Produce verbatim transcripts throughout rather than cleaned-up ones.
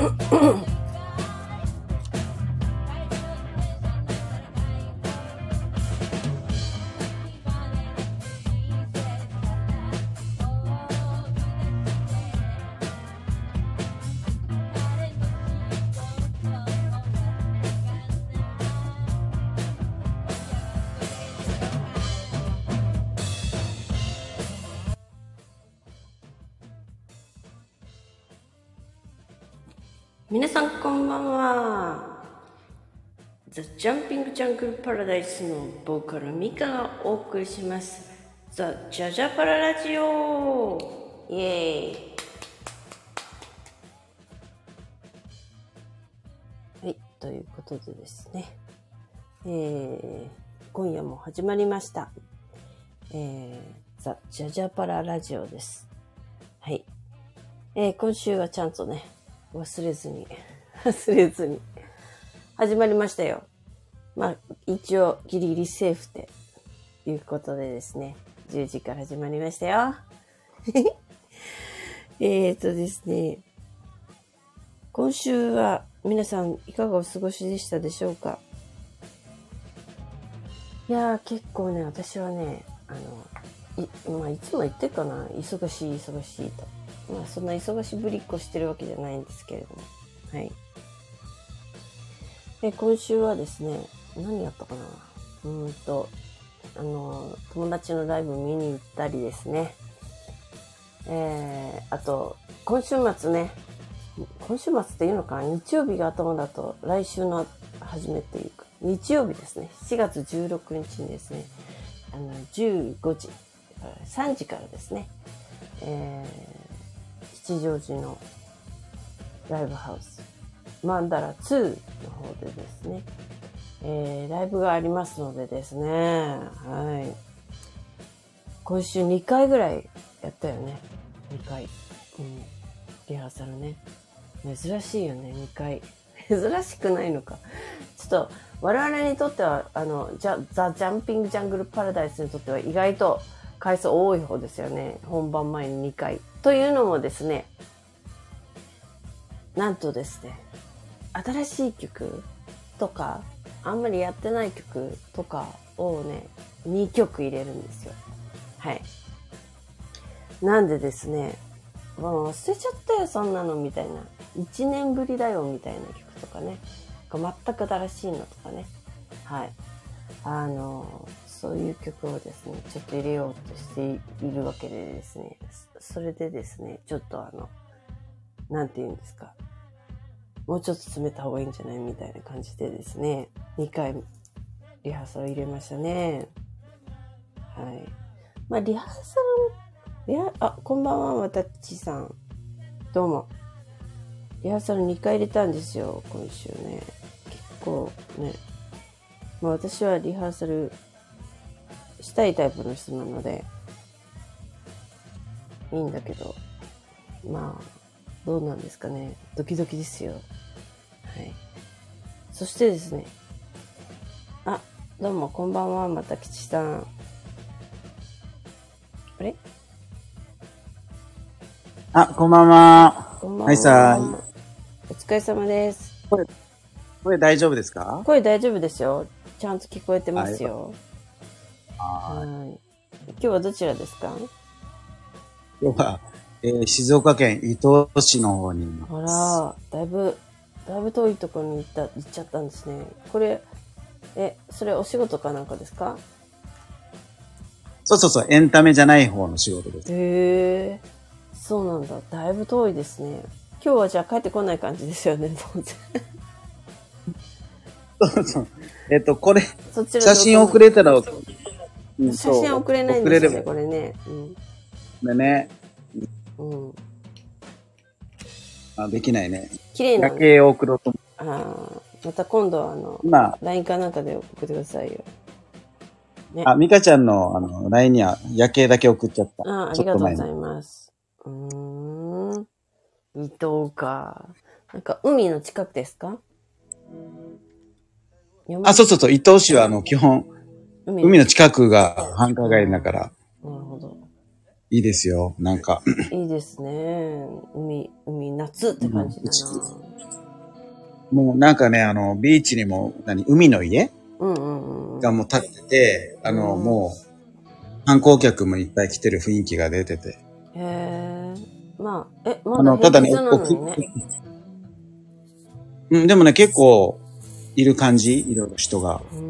皆さんこんばんは。ザ・ジャンピング・ジャングル・パラダイスのボーカルミカがお送りしますザ・ジャジャパララジオ。イエーイ。はい、ということでですね、えー、今夜も始まりました、えー、ザ・ジャジャパララジオです。はい、えー、今週はちゃんとね忘れずに忘れずに始まりましたよ。まあ一応ギリギリセーフっていうことでですね、じゅうじから始まりましたよえーとですね、今週は皆さんいかがお過ごしでしたでしょうか。いやー結構ね、私はね、あのい,、まあ、いつも言ってるかな、忙しい忙しいと。まあそんな忙しぶりっこしてるわけじゃないんですけれども、はい。で今週はですね、何やったかな、うーんとあの友達のライブ見に行ったりですね、えー、あと今週末ね、今週末っていうのかな、日曜日が頭だと来週の初めていうか日曜日ですね、しちがつじゅうろくにちにですね、あのじゅうごじさんじからですね、えー吉祥寺のライブハウスマンダラツーの方でですね、えー、ライブがありますのでですね、はい、今週にかいぐらいやったよね。にかい、うん、リハーサルね。珍しいよね、にかい。珍しくないのか。ちょっと我々にとってはあのザ・ジャンピング・ジャングル・パラダイスにとっては意外と回数多い方ですよね。本番前ににかいというのもですね、なんとですね、新しい曲とかあんまりやってない曲とかをねにきょく入れるんですよ。はい。なんでですね、もう捨てちゃったよそんなのみたいな、いちねんぶりだよみたいな曲とかね、全く新しいのとかね、はい、あのそういう曲をですねちょっと入れようとしているわけでですね、それでですねちょっとあのなんて言うんですか、もうちょっと詰めた方がいいんじゃないみたいな感じでですね、にかいリハーサル入れましたね。はい。まあリハーサルリハあこんばんは、わたっちさん、どうも。リハーサルにかい入れたんですよ今週ね。結構ね、まあ私はリハーサルしたいタイプの人なのでいいんだけど、まあどうなんですかね、ドキドキですよ。はい。そしてですね、あ、どうもこんばんは、また吉さん。あれ？ あ、こんばんは。 こんばんは。 はいさー。お疲れ様です。 声、声大丈夫ですか？ 声大丈夫ですよ。ちゃんと聞こえてますよ。 はい。 はい。今日はどちらですか？ 今日は、えー、静岡県伊東市の方にいます。 あら、だいぶ、だいぶ遠いところに行った、行っちゃったんですね。これ、え、それお仕事かなんかですか？ そうそうそう、エンタメじゃない方の仕事です。 へえ、そうなんだ。だいぶ遠いですね。今日はじゃあ帰ってこない感じですよね、当然。 そうそう。えっと、これ、 そちら写真送れたら、 うん、写真送れないんですよね、これね。うん。 でね。 うん。 あ、できないね。 綺麗な。 夜景を送ろうと思う。ああ、また今度はあの、 まあ、 ライン かなんかで送ってくださいよ。 ね、あ、ミカちゃんの、あの、ライン には夜景だけ送っちゃった。 ああ、ありがとうございます。うーん。伊東か。なんか海の近くですか？ あ、そうそうそう。伊東市はあの、基本、海の近くが繁華街だから。 なるほど。 いいですよ。なんか。 いいですね。海、海、夏って感じだな。 うん、もうなんかね、あの、ビーチにも、何、海の家うんうんうん。 がもう建ってて、あの、うん、もう、観光客もいっぱい来てる雰囲気が出てて。 へえ。まあ、え、まだ平日なのにね。 うん、でもね、結構、いる感じいろいろ人が。うん。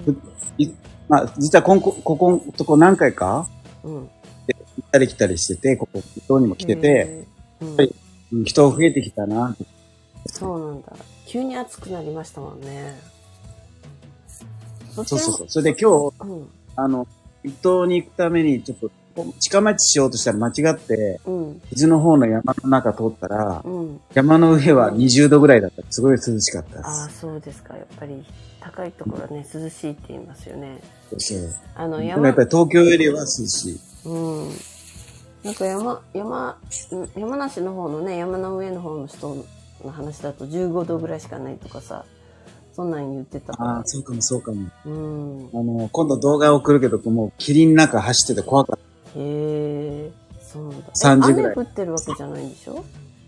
まあ、実はここ、ここ、とこ何回か、うん。行ったり来たりしてて、ここ、人にも来てて、うん、やっぱり、人増えてきたな。 そうなんだ。急に暑くなりましたもんね。 そうそうそう。それで今日、うん、あの、伊東に行くためにちょっと近町しようとしたら間違って、うん、伊豆の方の山の中通ったら、うん、山の上はにじゅうどぐらいだった。すごい涼しかったです。 ああ、そうですか。やっぱり高いところはね、涼しいって言いますよね。 そう。 あの山でもやっぱり東京よりは涼しい。 うん。なんか山、山、山梨の方のね、山の上の方の人の話だとじゅうごどぐらいしかないとかさ、そんなん言ってたから。 ああ、そうかもそうかも。うん。あの、今度動画送るけど、もう霧の中走ってて怖かった。 へえ、そうなんだ。 さんじぐらい。 雨降ってるわけじゃないんでしょ？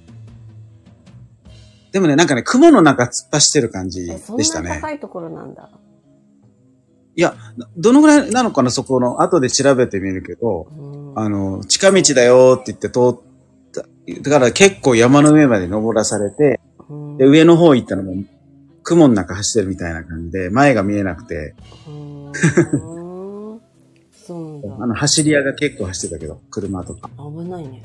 でもね、なんかね、雲の中突っ走ってる感じでしたね。 そんな高いところなんだ。 いや、どのぐらいなのかな、そこの、後で調べてみるけど、うん、あの、近道だよって言って通った、だから結構山の上まで登らされて、うん、で、上の方行ったのも、雲の中走ってるみたいな感じで、前が見えなくて。 そうなんだ。 あの、走り屋が結構走ってたけど、車とか。 危ないね。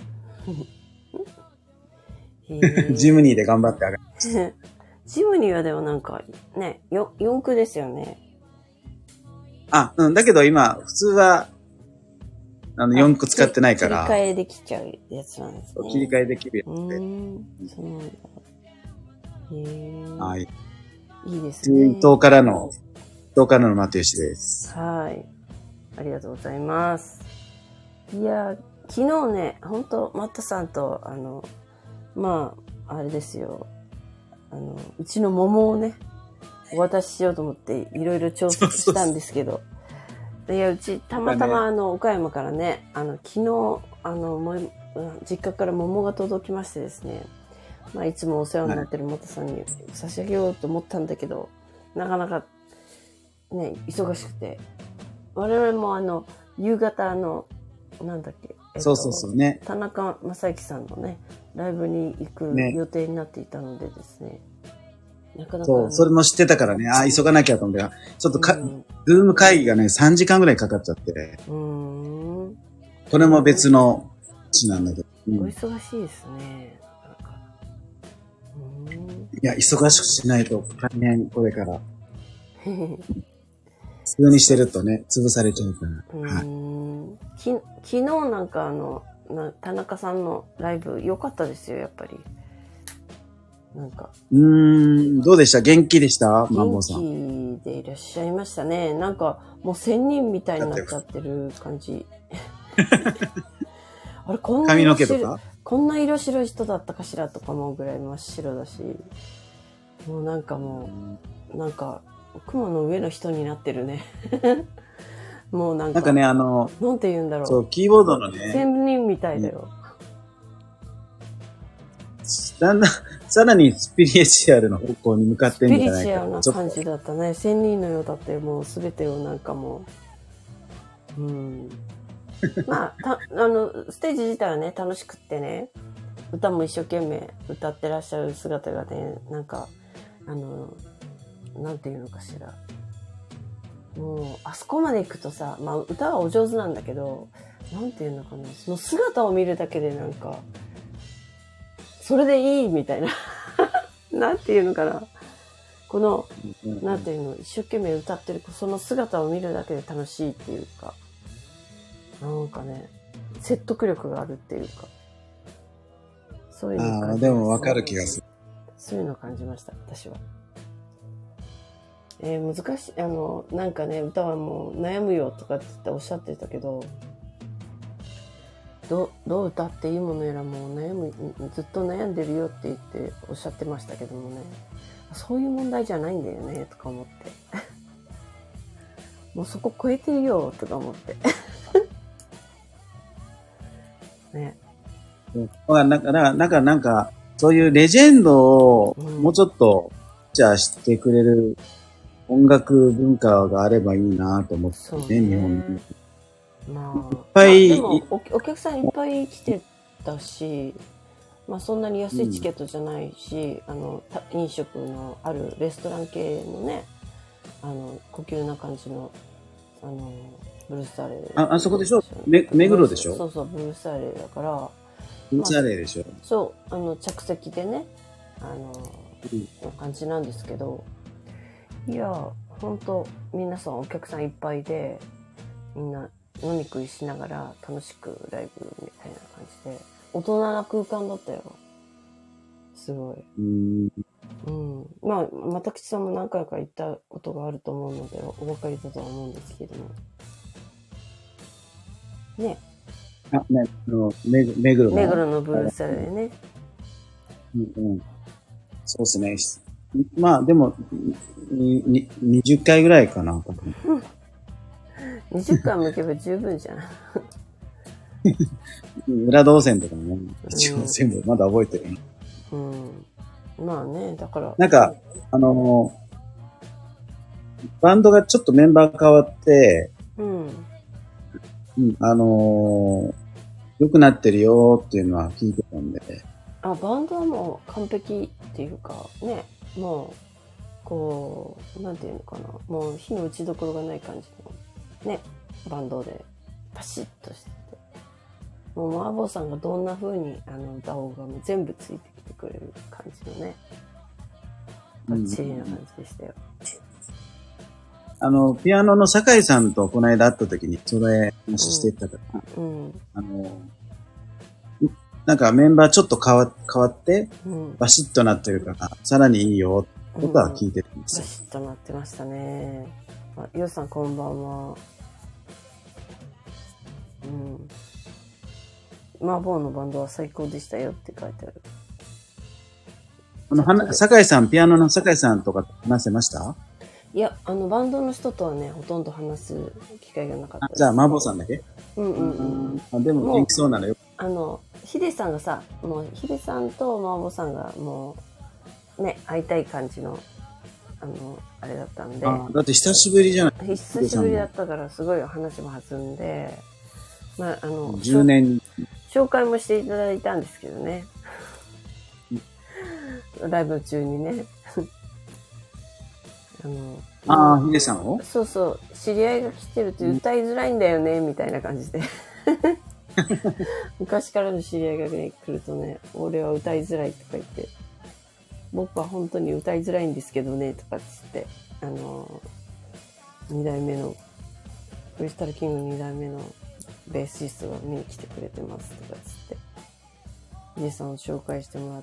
ジムニーで頑張って上がりました。 ジムニーはでもなんか、ね、よ、四駆ですよね。 あ、うん、だけど今、普通は、あの、四駆使ってないから。 切り替えできちゃうやつなんですね。 切り替えできるやつで。 うん、そうなんだ。へー。 はい。 いいですね。 伊東からの、伊東からのマテウシです。 はい。ありがとうございます。いや、昨日ね、本当マットさんと、あの、まあ、あれですよ。あの、うちの桃をね、お渡ししようと思っていろいろ調査したんですけど、いや、うちたまたまあの、岡山からね、あの、昨日、あの、も実家から桃が届きましてですね、まあ、いつもお世話になってるマットさんに差し上げようと思ったんだけど、なかなか、ね、忙しくて、我々もあの、夕方あの、なんだっけ、 えっと、そうそうそうね。 田中正幸さんのね、ライブに行く予定になっていたのでですね。ねなかなかそう、それも知ってたからね、ああ、急がなきゃと思って、ちょっとか、うん、ズーム会議がね、さんじかんぐらいかかっちゃって。うん。これも別の地なんだけど。 うん、お忙しいですね。なんかうん、いや、忙しくしないと大変、これから。普通にしてるとね、潰されちゃうから。 うんはい、き昨日なんかあのな、田中さんのライブ良かったですよ、やっぱり。なんか。 うーん、どうでした？元気でした？マンボウさん。 元気でいらっしゃいましたね。なんか、もう仙人みたいになっちゃってる感じ。あれ、こんな髪の毛とかこんな色白い人だったかしらとか思うぐらい真っ白だし、もうなんかもう、なんか、雲の上の人になってるね。もうなんか。 なんかね、あの、 なんて言うんだろう。 そう、キーボードのね。 仙人みたいだよ。 だんだん、さらにスピリチュアルの方向に向かってんじゃないか。 スピリチュアルな感じだったね。仙人のようだって、もうすべてをなんかもう、うん。まあ、た、あの、ステージ自体はね、楽しくってね、歌も一生懸命歌ってらっしゃる姿がね、なんか、あの、なんていうのかしら。もう、あそこまで行くとさ、まあ歌はお上手なんだけど、なんていうのかな、その姿を見るだけでなんか、それでいいみたいな。なんていうのかな。この、なんていうの、一生懸命歌ってる、その姿を見るだけで楽しいっていうか、なんかね、説得力があるっていうか、そういうの感じました。 ああ、でもわかる気がする。 そういうのを感じました、私は。えー、難しい、あの、なんかね、歌はもう悩むよとかって言っておっしゃってたけど、ど, どう歌っていいものやらもう悩む、ずっと悩んでるよって言っておっしゃってましたけどもね、そういう問題じゃないんだよね、とか思って。もうそこ超えてるよ、とか思って。 ね。 だからなんか、なんか、なんか、そういうレジェンドをもうちょっと、じゃあ知ってくれる音楽文化があればいいなと思ってね、ね日本に。 まあ、 いっぱい、 まあ、でもお、お客さんいっぱい来てたし、まあそんなに安いチケットじゃないし、うん、あの、飲食のあるレストラン系のね、あの、高級な感じの、あの、ブルースターレー。 あ、あそこでしょめ、目黒でしょそうそう、ブルースターレーだから、 ブルースターレーでしょ、まあ、 そう、あの、着席でね、あの、うん、の感じなんですけど、いや、ほんと、皆さんお客さんいっぱいで、みんな飲み食いしながら楽しくライブみたいな感じで、大人な空間だったよ。すごい。うん。うん。まあ、またきちさんも何回か行ったことがあると思うので、お分かりだとは思うんですけども。ね。 あ、ね、あの、目黒の。 目黒のブルースタイルでね。 うんうん。そうですね。まあ、でも、に、にじゅっかいぐらいかな、多分。 にじゅっかいも行けば十分じゃん。 裏動線とかね、一応全部まだ覚えてる、ね。 うん。まあね、だから。 なんか、あのー、バンドがちょっとメンバー変わって、うん。うん、あのー、良くなってるよっていうのは聞いてたんで。 あ、バンドはもう完璧っていうか、ね、もう、こう、なんていうのかな、もう火の打ちどころがない感じの、ね、バンドで、パシッとしてて。もう、マーボーさんがどんな風にあの歌おうがもう全部ついてきてくれる感じのね、バッチリな感じでしたよ。 あの、ピアノの酒井さんとこの間会った時にそれ話してたから、うんうん、あの、なんかメンバーちょっと変わ変わって、うん、バシッとなってるから、さらにいいよってことは聞いてるんですよ。 うん、バシッとなってましたね。あ、ヨウさんこんばんは。うん。マーボーのバンドは最高でしたよって書いてある。 あの、は酒井さん、ピアノの酒井さんとか話せました？ いや、あの、バンドの人とはね、ほとんど話す機会がなかったです。 じゃあ、マーボーさんだけ？ うんうんうん。 あ、でも、元気そうなのよ。 あの、ヒデさんがさ、もう、ヒデさんとマーボーさんがもう、ね、会いたい感じの、あの、あれだったんで。 あ、だって久しぶりじゃない？ 久しぶりだったから、すごい話も弾んで、まあ、あの、 じゅうねん。 紹介もしていただいたんですけどね。ライブ中にね。 あの、ああ、ヒデさんを？ そうそう。知り合いが来てると歌いづらいんだよね、みたいな感じで。昔からの知り合いがね、来るとね、俺は歌いづらいとか言って、僕は本当に歌いづらいんですけどね、とかつって、あの、二代目の、クリスタルキングの二代目のベーシストが見に来てくれてますとかつって、ヒデさんを紹介してもらって、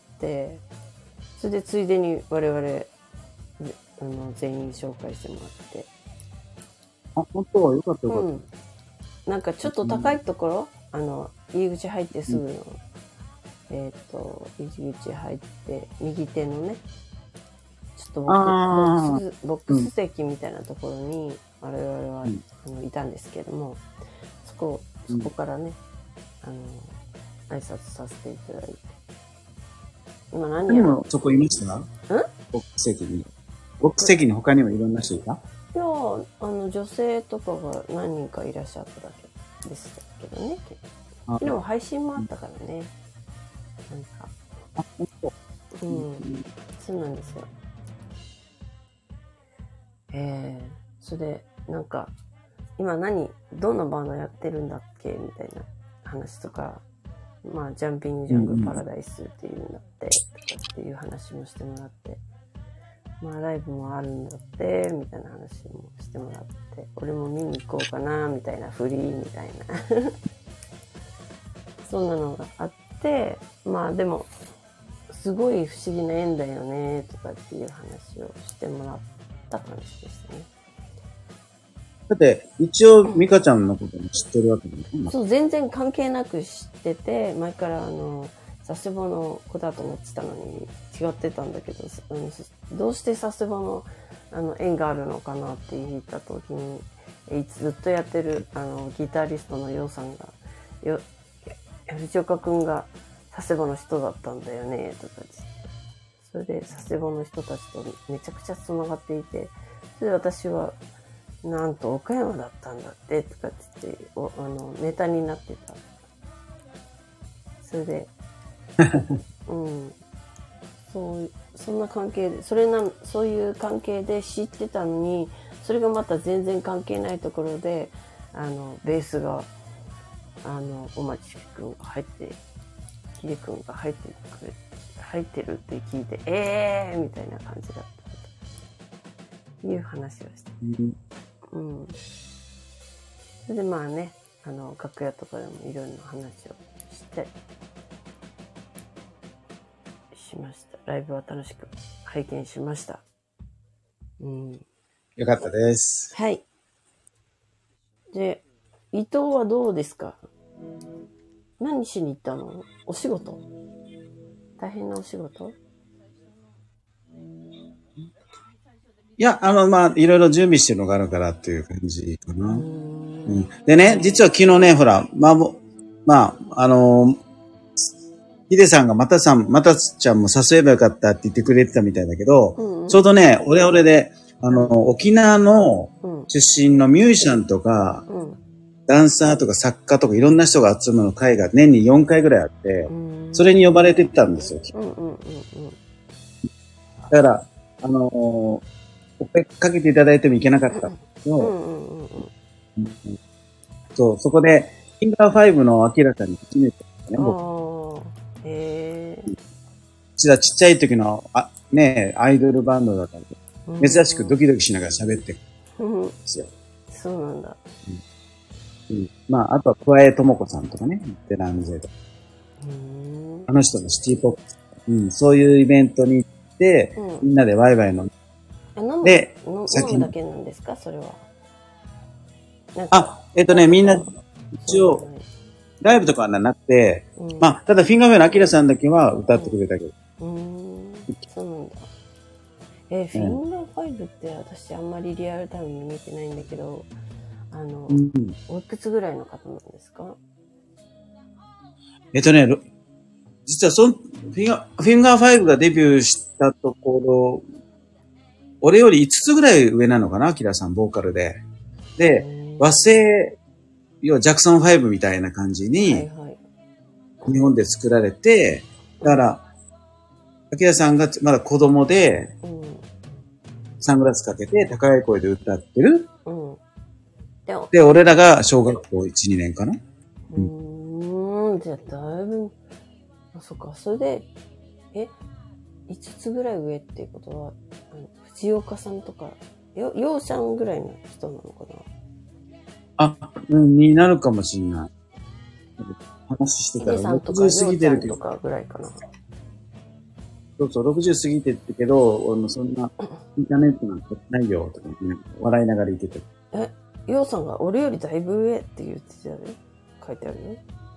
それでついでに我々、あの全員紹介してもらって。 あ、本当はよかったよかった。うん。 なんかちょっと高いところ、うん、あの、入り口入ってすぐの、うん、えっと、入り口入って、右手のね、ちょっとボックス、ボックス席みたいなところに、我々は、うん、あのいたんですけども、そこ、そこからね、うん、あの、挨拶させていただいて。今何やろ？そこいました？ん？ボックス席に。ボックス席に他にもいろんな人いた？ いや、あの、女性とかが何人かいらっしゃっただけでしたけどね。でも配信もあったからね。うん、なんか。あ、本当？うん。そうなんですよ。ええー、それで、なんか、今何、どんなバンドやってるんだっけみたいな話とか、まあ、ジャンピングジャングルパラダイスっていうんだって、とかっていう話もしてもらって、まあ、ライブもあるんだって、みたいな話もしてもらって、俺も見に行こうかな、みたいな、フリーみたいな。そんなのがあって、まあでも、すごい不思議な縁だよね、とかっていう話をしてもらった感じでしたね。 だって、一応、ミカちゃんのことも知ってるわけだよね。 そう、全然関係なく知ってて、前からあの、佐世保の子だと思ってたのに違ってたんだけど、どうして佐世保のあの縁があるのかなって言った時に、いつずっとやってるあのギタリストのヨウさんがよ藤岡くんが佐世保の人だったんだよね、とか言って。それで佐世保の人たちとめちゃくちゃ繋がっていて、それで私は、なんと岡山だったんだって、とかって言って、おあの、ネタになってた。それで、うん。そう、そんな関係で、それな、そういう関係で知ってたのに、それがまた全然関係ないところで、あの、ベースが、あの、おまちくんが入って、ひでくんが入ってくれ、入ってるって聞いて、えーみたいな感じだったという話をして。うん。それでまあね、あの、楽屋とかでもいろいろな話をして、しました。ライブは楽しく拝見しました。うん。 よかったです。 はい。で、伊藤はどうですか？何しに行ったの？お仕事？大変なお仕事？ いや、あの、まあ、いろいろ準備してるのがあるからっていう感じかな。うん、でね、実は昨日ね、ほら、まあ、まあ、あのー、ヒデさんがまたさん、またちゃんも誘えばよかったって言ってくれてたみたいだけど、うんうん、ちょうどね、俺俺で、あの、沖縄の出身のミュージシャンとか、うん、ダンサーとか作家とかいろんな人が集まる会が年によんかいぐらいあって、それに呼ばれてたんですよ。うんうんうんうん、だから、あのー、お声かけていただいてもいけなかったんですけど、そう、そこで、フィンガーファイブのアキラさんに初めてね、僕。へー。うちらちっちゃい時の、あ、ね、アイドルバンドだったんで、珍しくドキドキしながら喋ってるんですよ。 そうなんだ。 うんうん、まあ、あとは、桑江智子さんとかね、テランゼとか。あの人のシティポップ、うん、そういうイベントに行って、うん、みんなでワイワイ飲んで。 飲む、で、飲むだけなんですか、それは。 あ、えっとね、みんな、一応、ライブとかはなくて、うん、まあ、ただ、フィンガーフェイのアキラさんだけは歌ってくれたけど。うん、 うんそうなんだ。えー、フィンガーファイブって私あんまりリアルタイムに見てないんだけど、あの、うん、おいくつぐらいの方なんですか？ えっとね、実はその、フィンガー、フィンガーファイブがデビューしたところ、俺よりいつつぐらい上なのかな、アキラさん、ボーカルで。で、和製、要はジャクソンファイブみたいな感じに、はいはい、日本で作られて、だから、アキラさんがまだ子供で、うん、サングラスかけて高い声で歌ってる。うん、で, で、俺らが小学校いち、にねんかな。 うーん、じゃあだいぶ、あ、そっか、それで、え、いつつぐらい上っていうことは、あの藤岡さんとか、よ、ようちゃんぐらいの人なのかな？ あ、うん、になるかもしれない。話してたら、 ろくじゅう過ぎてるけど。とかぐらいかな。 そうそう、ろくじゅう過ぎてるけど、そんな、インターネットなんてないよ、とか、ね、笑いながら言ってた。 え、ようさんが俺よりだいぶ上って言ってたよ。書いてあるよ。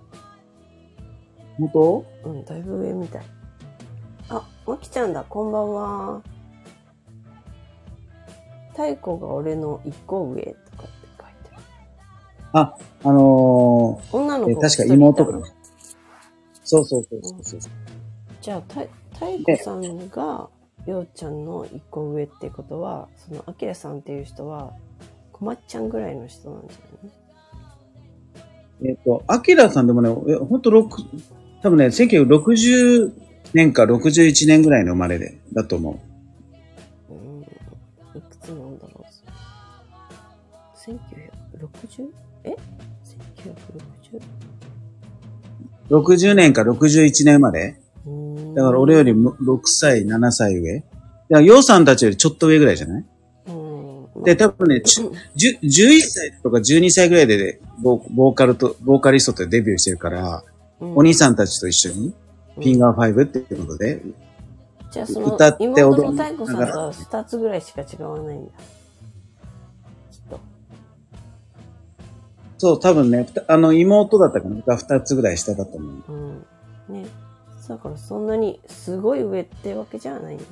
本当？ うん、だいぶ上みたい。あ、まきちゃんだ、こんばんは。太鼓が俺の一個上とかって書いてある。 あ、あのー、 女の子が確か妹かな。そうそうそうそうそう、うん。 じゃあ、た、太鼓さんが、ようちゃんの一個上ってことは、その、あきらさんっていう人は、こまっちゃんぐらいの人なんじゃない？ えっと、あきらさんでもね、ほんとろく、多分ね、せんきゅうひゃくろくじゅうねんかろくじゅういちねんぐらいの生まれで、だと思う。うん。いくつなんだろう。せんきゅうひゃくろくじゅう？ え ?せんきゅうひゃくろくじゅう？ ろくじゅうねんかろくじゅういちねん生まれ。だから俺よりろくさい、ななさい上。だからようさんたちよりちょっと上ぐらいじゃない？で、多分ね、じゅういっさいとかじゅうにさいぐらいで、ね、ボ, ボーカルと、ボーカリストとデビューしてるから、うん、お兄さんたちと一緒に、フィンガーファイブっていうことで、うん、 じゃあその、歌って踊り妹の太鼓さんとはふたつぐらいしか違わないんだ。きっと。 そう、多分ね、あの、妹だったかな、ふたつぐらい下だと思う。 うん。ね。だからそんなにすごい上ってわけじゃないね。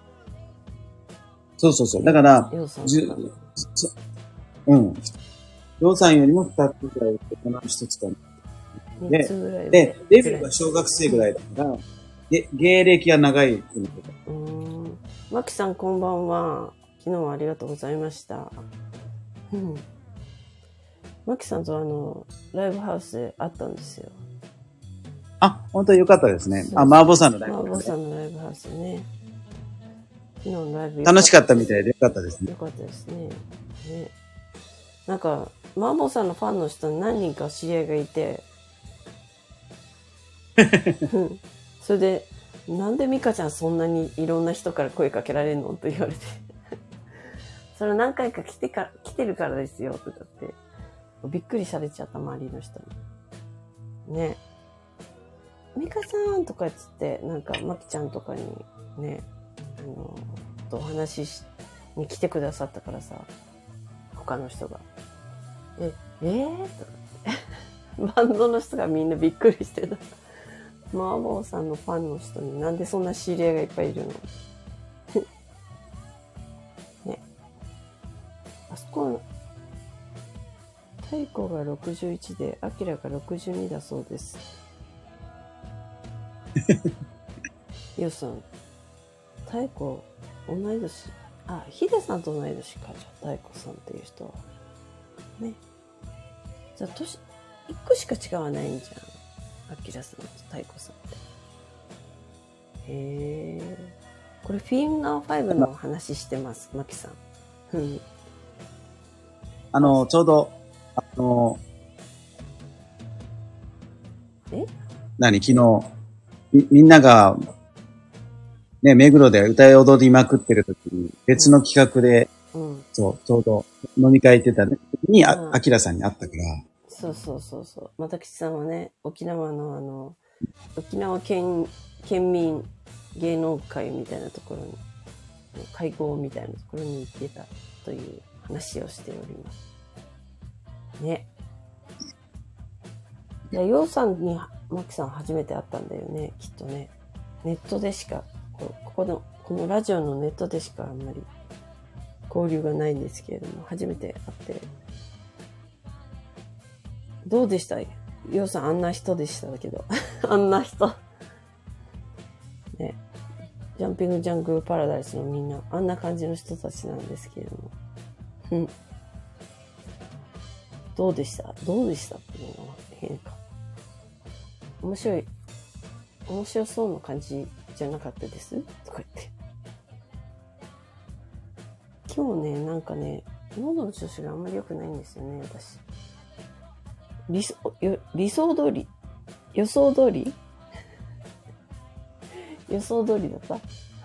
そうそうそう。だから、じゅうん。ようさんよりもふたつぐらい、このひとつかな。 で、 つぐらいで、デビューは小学生ぐらいだから、で、芸歴は長い。 うーん。マキさんこんばんは。昨日はありがとうございました。うん。マキさんとあの、ライブハウスで会ったんですよ。 あ、本当によかったですね。あ、マーボーさんのライブ、 マーボーさんのライブハウスね。昨日のライブ楽しかったみたいでよかったですね。 よかったですね。ね。なんか、マーボーさんのファンの人に何人か知り合いがいて、それで、なんでミカちゃんそんなにいろんな人から声かけられるのって言われて。それ何回か来てか、来てるからですよ、とかって。びっくりされちゃった、周りの人に。ね。ミカさんとか言って、なんか、マキちゃんとかにね、あの、とお話しに来てくださったからさ、他の人が。え、えー、とかって。バンドの人がみんなびっくりしてた。マーボーさんのファンの人になんでそんな知り合いがいっぱいいるのね。あそこ、太鼓がろくじゅういちで、アキラがろくじゅうにだそうです。ヨウさん、太鼓、同い年。あ、ヒデさんと同い年か、じゃあ、太鼓さんっていう人は。ね。じゃあ、年、一個しか違わないんじゃん。アキラさんと太鼓さんって。へえ。これフィンガーファイブの話してます、マキさん。うん。 あの、ちょうど、あの、 え何、昨日、み、みんなが、ね、目黒で歌い踊りまくってる時に、別の企画で、うん、そう、ちょうど飲み会行ってた時に、あ、アキラさんに会ったから。 そうそうそうそう。またきちさんはね、沖縄のあの、沖縄県、県民芸能会みたいなところに、会合みたいなところに行ってたという話をしております。ね。いや、ヨウさんに、マキさん初めて会ったんだよね、きっとね。ネットでしか、ここの、このラジオのネットでしかあんまり交流がないんですけれども、初めて会って、どうでした？ヨウさんあんな人でしたけど。あんな人。ね。ジャンピングジャングルパラダイスのみんな、あんな感じの人たちなんですけれども。うん。どうでしたどうでしたっていうのは変か。面白い、面白そうな感じじゃなかったですとか言って。今日ね、なんかね、喉の調子があんまり良くないんですよね、私。理想、理想通り予想通り予想通りだった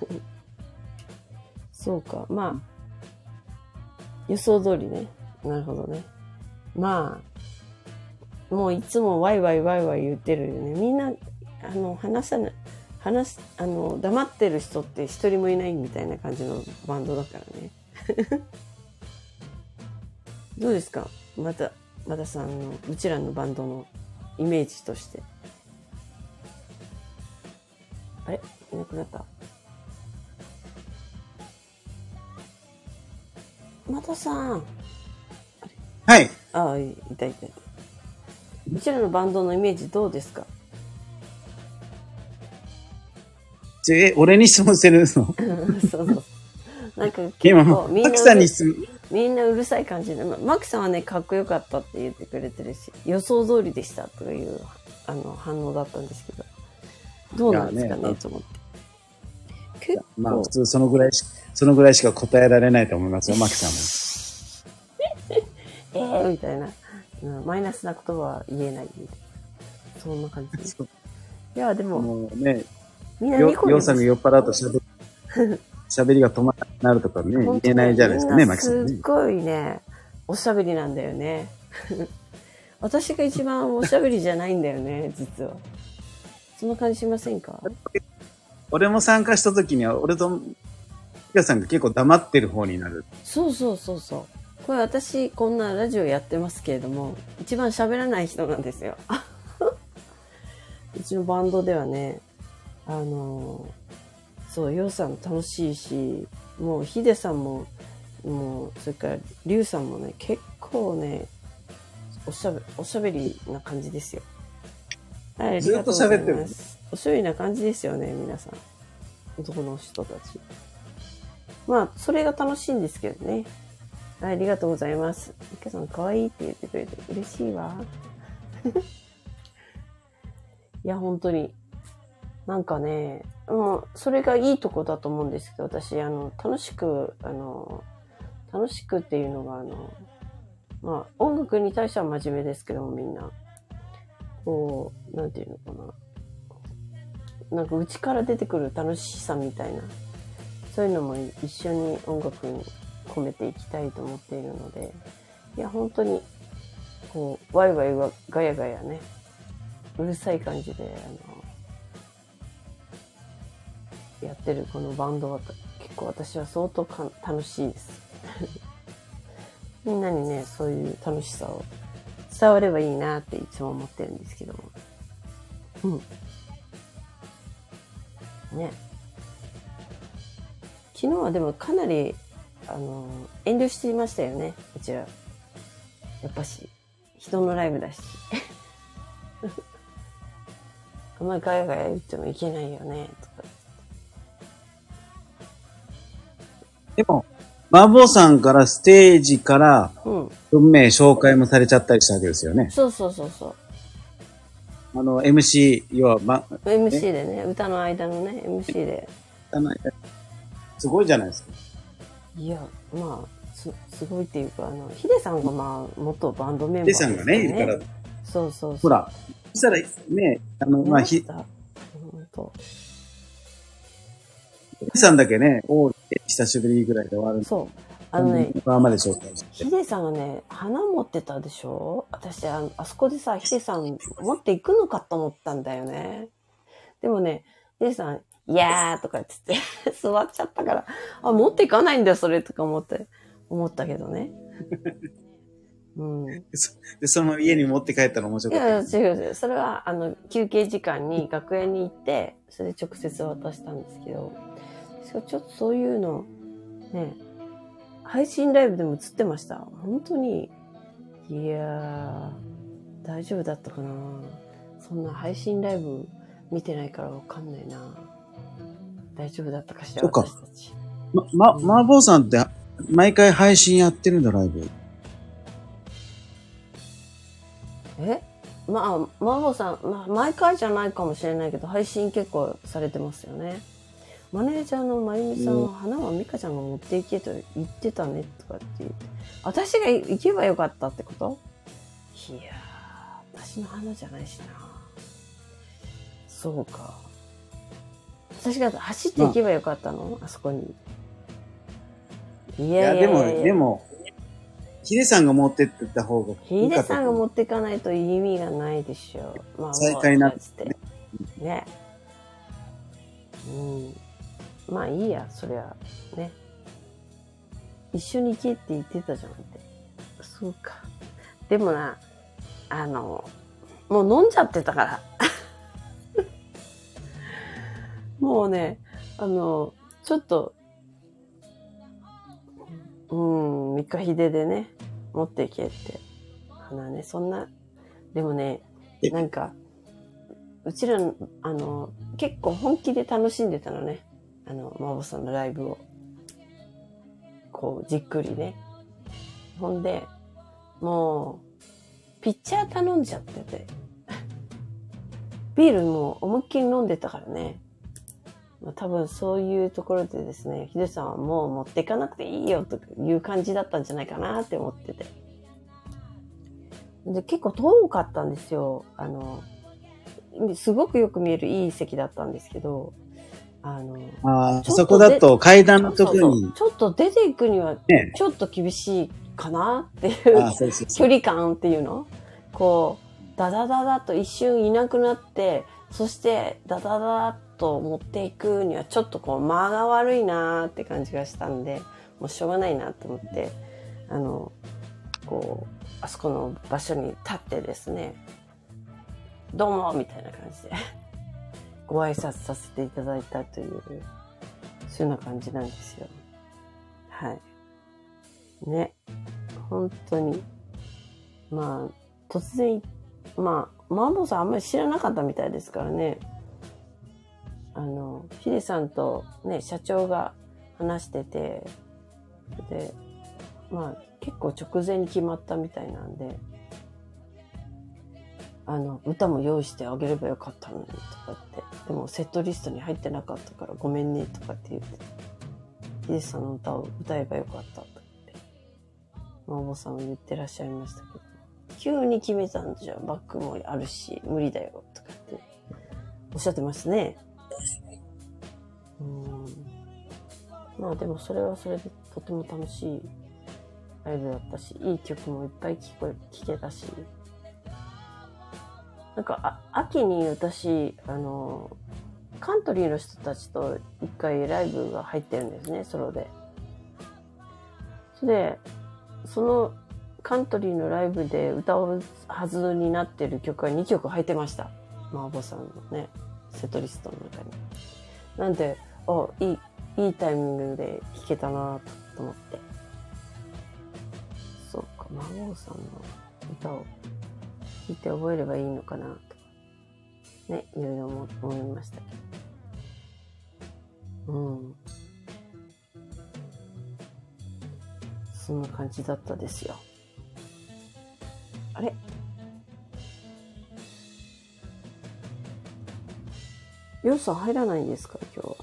そうか。まあ、予想通りね。なるほどね。まあ、もういつもワイワイワイワイ言ってるよね。みんな、あの、話さない、話す、あの、黙ってる人って一人もいないみたいな感じのバンドだからね。どうですかまた、またさんの、うちらのバンドのイメージとして。あれいなくなった。またさん。 はい。 ああ、いたいたいた。うちらのバンドのイメージどうですかえ、俺に質問してるのそうそう。なんか結構みんな、 マキさんに質問みんなうるさい感じで、マキさんはね、かっこよかったって言ってくれてるし、予想通りでしたというあの反応だったんですけど、どうなんですかね、ねと思って。 結構まあ普通そのぐらいし、そのぐらいしか答えられないと思いますよ、マキさんも。 えーみたいな、マイナスな言葉は言えないみたいな。そんな感じ。いや、でも、 もうね、 みんなニコニコようさんが酔っ払うと喋る。喋りが止まらなくなるとかね、言えないじゃないですかね、マキさん、ね。 すっごいね、おしゃべりなんだよね。私が一番おしゃべりじゃないんだよね、実は。そんな感じしませんか？ 俺も参加した時には、俺と、ヒカさんが結構黙ってる方になる。 そうそうそうそう。これ私、こんなラジオやってますけれども、一番喋らない人なんですよ。うちのバンドではね、あのー、そう、ヨウさん楽しいし、もうヒデさんも、もう、それからリュウさんもね、結構ね、おしゃべ、おしゃべりな感じですよ。 はい、ありずっとがとうござい喋ってるま。す。おしょいな感じですよね、皆さん。男の人たち。まあ、それが楽しいんですけどね。はい、ありがとうございます。ミカさん、可愛いって言ってくれて嬉しいわ。いや、本当に。なんかね、もう、それがいいとこだと思うんですけど、私、あの、楽しく、あの、楽しくっていうのが、あの、まあ、音楽に対しては真面目ですけども、みんな。こう、なんていうのかな。なんか、内から出てくる楽しさみたいな。そういうのも一緒に音楽に込めていきたいと思っているので、いや、本当に、こう、ワイワイはガヤガヤね、うるさい感じで、あの、やってるこのバンドは結構私は相当か楽しいです。みんなにね、そういう楽しさを伝わればいいなっていつも思ってるんですけども。うん。ね。昨日はでもかなり、あの、遠慮していましたよね、うちら。やっぱし、人のライブだし。あんまりガヤガヤ言ってもいけないよね、とか。 でも、マーボーさんからステージから、 うん。 運命紹介もされちゃったりしたわけですよね。 そうそうそうそう。 あの、エムシー、要は、ま、 エムシー でね、歌の間のね、エムシー で。 すごいじゃないですか。 いや、まあ、す、すごいっていうか、あの、ヒデさんがまあ、元バンドメンバーヒデですからさんがね、いるから。 そうそうそう。 ほら、そしたらね、あの、まあ、ひ、ヒ本当。 デさんだけね、おー久しぶりぐらいで終わる。 そう。あのね、 今まで紹介して。 ヒデさんがね、花持ってたでしょ？私あ、あそこでさ、ヒデさん持っていくのかと思ったんだよね。でもね、ヒデさん、いやーとか言って座っちゃったから、あ、持っていかないんだよ、それとか思って、思ったけどね。うん。 で、そのまま家に持って帰ったら面白かった。 いや、違う違う。それは、あの、休憩時間に楽屋に行って、それで直接渡したんですけど、ちょっとそういうの、ね、配信ライブでも映ってました。本当に、いやー、大丈夫だったかな。そんな配信ライブ見てないからわかんないな。大丈夫だったかしら、私たち。 ま、ま、うん、マーボーさんって毎回配信やってるんだ、ライブ。 えまあ、マーボーさん、まあ、毎回じゃないかもしれないけど、配信結構されてますよね。マネージャーのまゆみさんは、花はミカちゃんが持っていけと言ってたねとかって言って、私が行けばよかったってこと？いやー、私の花じゃないしな。そうか。私が走って行けばよかったの？あそこに。いやいやいやいや。 いや、でも、でも、ヒデさんが持ってってた方がいいかと。 ヒデさんが持っていかないと意味がないでしょ。まあ、 再開になって。 ね。ね。うん。まあいいや、そりゃ、ね。一緒に行けって言ってたじゃんって。そうか。でもな、あの、もう飲んじゃってたから。もうね、あの、ちょっと、うん、三日秀でね、持っていけって。花ね、そんな、でもね、なんか、うちらの、あの、結構本気で楽しんでたのね。あの、マボさんのライブを。こう、じっくりね。ほんで、もう、ピッチャー頼んじゃってて。ビールも思いっきり飲んでたからね。まあ、多分そういうところでですね、ヒデさんはもう持っていかなくていいよという感じだったんじゃないかなって思ってて。で、結構遠かったんですよ。あの、すごくよく見えるいい席だったんですけど、あの、 ああ、そこだと階段のところに。 ちょっと出ていくには、ちょっと厳しいかなっていう、ね、距離感っていうのこう、ダダダダと一瞬いなくなって、そしてダダダダと持っていくにはちょっとこう間が悪いなーって感じがしたんで、もうしょうがないなと思って、あの、こう、あそこの場所に立ってですね、どうもみたいな感じでご挨拶させていただいたという、そういうような感じなんですよ。はい。ね。本当に。まあ、突然、まあ、 マンボウさんあんまり知らなかったみたいですからね。あの、ヒデさんとね、社長が話してて、で、まあ、結構直前に決まったみたいなんで、あの、歌も用意してあげればよかったのに、とか言って。でも、セットリストに入ってなかったからごめんね、とかって言って。ヒデさんの歌を歌えばよかった、とかって。マンボウさんは言ってらっしゃいましたけど。急に決めたんじゃ、バックもあるし、無理だよ、とかっておっしゃってますね。うん。まあでもそれはそれでとても楽しいライブだったし、いい曲もいっぱい聴こえ、聴けたし。なんか、あ、秋に私、あの、カントリーの人たちと一回ライブが入ってるんですね、ソロで。で、そのカントリーのライブで歌うはずになってる曲がにきょく入ってました。マーボさんのね、セットリストの中に。なんで、あ、いい、いいタイミングで弾けたなと思って。そうか、マーボさんの歌を聴いて覚えればいいのかなと。ね、いろいろ思いましたけど。うん。そんな感じだったですよ。あれヨウさん入らないんですか今日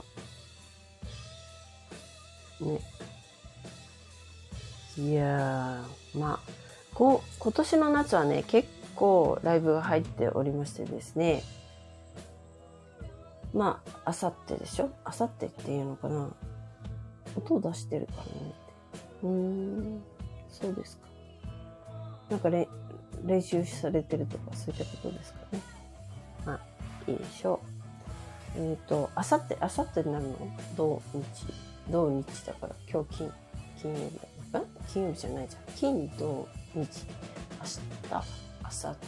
は。ね。いやー、まあ、こ今年の夏はね、結構ライブが入っておりましてですね。まあ、あさってでしょあさってっていうのかな音を出してるからね。うーん、そうですか。なんかれ練習されてるとかそういったことですかね。まあ、いいでしょう。えっ、ー、と、あさって、あさってになるの土日。土日だから、今日金、金曜日だ。ん金曜日じゃないじゃん。金、土、日。明日、あさって、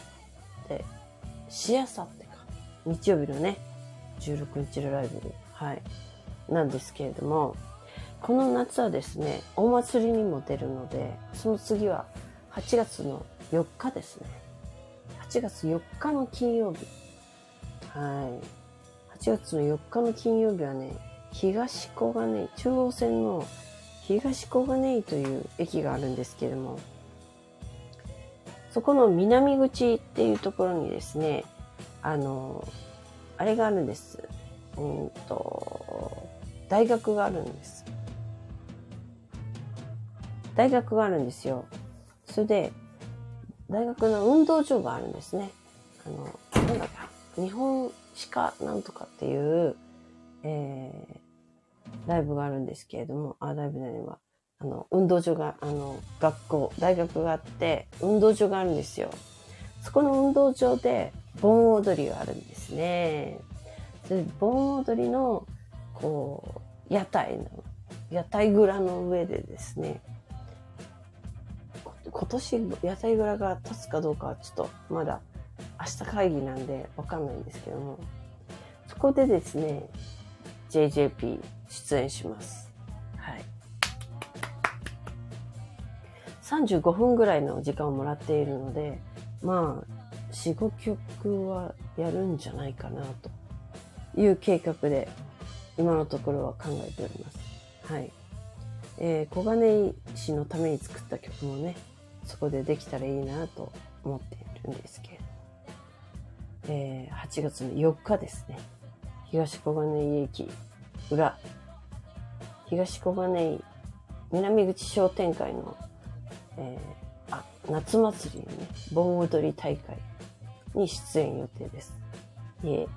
しあさってか。日曜日のね、じゅうろくにちのライブで、はい。なんですけれども、この夏はですね、お祭りにも出るので、その次ははちがつのよっかですね。はちがつよっかの金曜日。はい。はちがつのよっかの金曜日はね、東小金井、中央線の東小金井という駅があるんですけれども、そこの南口っていうところにですね、あの、あれがあるんです。うんと、大学があるんです。大学があるんですよ。それで、大学の運動場があるんですね。あの、なんだっけ、日本歯科なんとかっていう、えー、ライブがあるんですけれども、あ、ライブじゃないわ。あの、運動場が、あの、学校、大学があって、運動場があるんですよ。そこの運動場で、盆踊りがあるんですね。で、盆踊りの、こう、屋台の、屋台蔵の上でですね、今年屋台蔵が立つかどうかはちょっとまだ明日会議なんでわかんないんですけども、そこでですね、ジェイジェーピー 出演します。はい。さんじゅうごふんぐらいの時間をもらっているので、まあ、よん、ごきょくはやるんじゃないかなという計画で今のところは考えております。はい。えー、小金井市のために作った曲もね、そこでできたらいいなと思っているんですけれど、えー、はちがつのよっかですね。東小金井駅裏、東小金井南口商店会の、えー、あ夏祭りのね、盆踊り大会に出演予定です。いえ。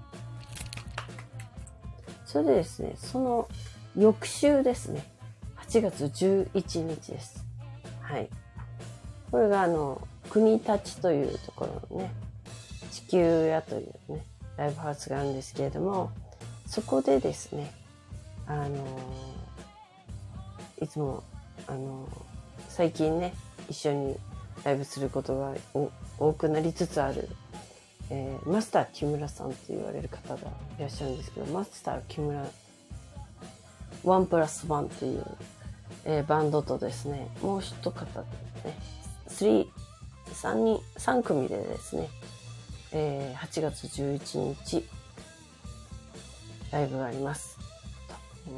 それでですね、その翌週ですね、はちがつじゅういちにちです。はい。これがあの、国立というところのね、地球屋というね、ライブハウスがあるんですけれども、そこでですね、あのー、いつも、あのー、最近ね、一緒にライブすることが多くなりつつある、えー、マスター木村さんと言われる方がいらっしゃるんですけど、マスター木村ワンプラスワンという、えー、バンドとですね、もう一方ね、3、3人、さん組でですね、 えー、はちがつじゅういちにち、ライブがあります。うん、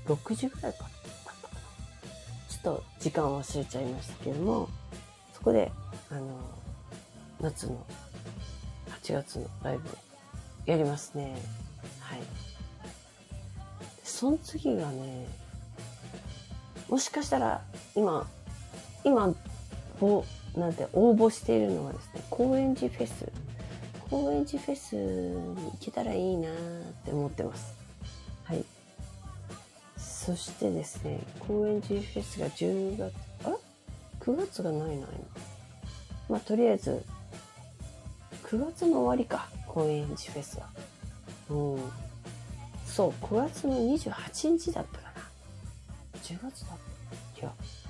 ろくじぐらいかだったかな。ちょっと時間忘れちゃいましたけども、そこで、あの、夏の、はちがつのライブでやりますね。はい。その次がね、もしかしたら、今、今、ぼなんて応募しているのはですね、高円寺フェス。高円寺フェスに行けたらいいなーって思ってます。はい。そしてですね、高円寺フェスがじゅうがつ、あ ?く 月がないな、今。まあ、とりあえず、くがつの終わりか、高円寺フェスは。うん。そう、くがつのにじゅうはちにちだったかな。じゅうがつだった。違う。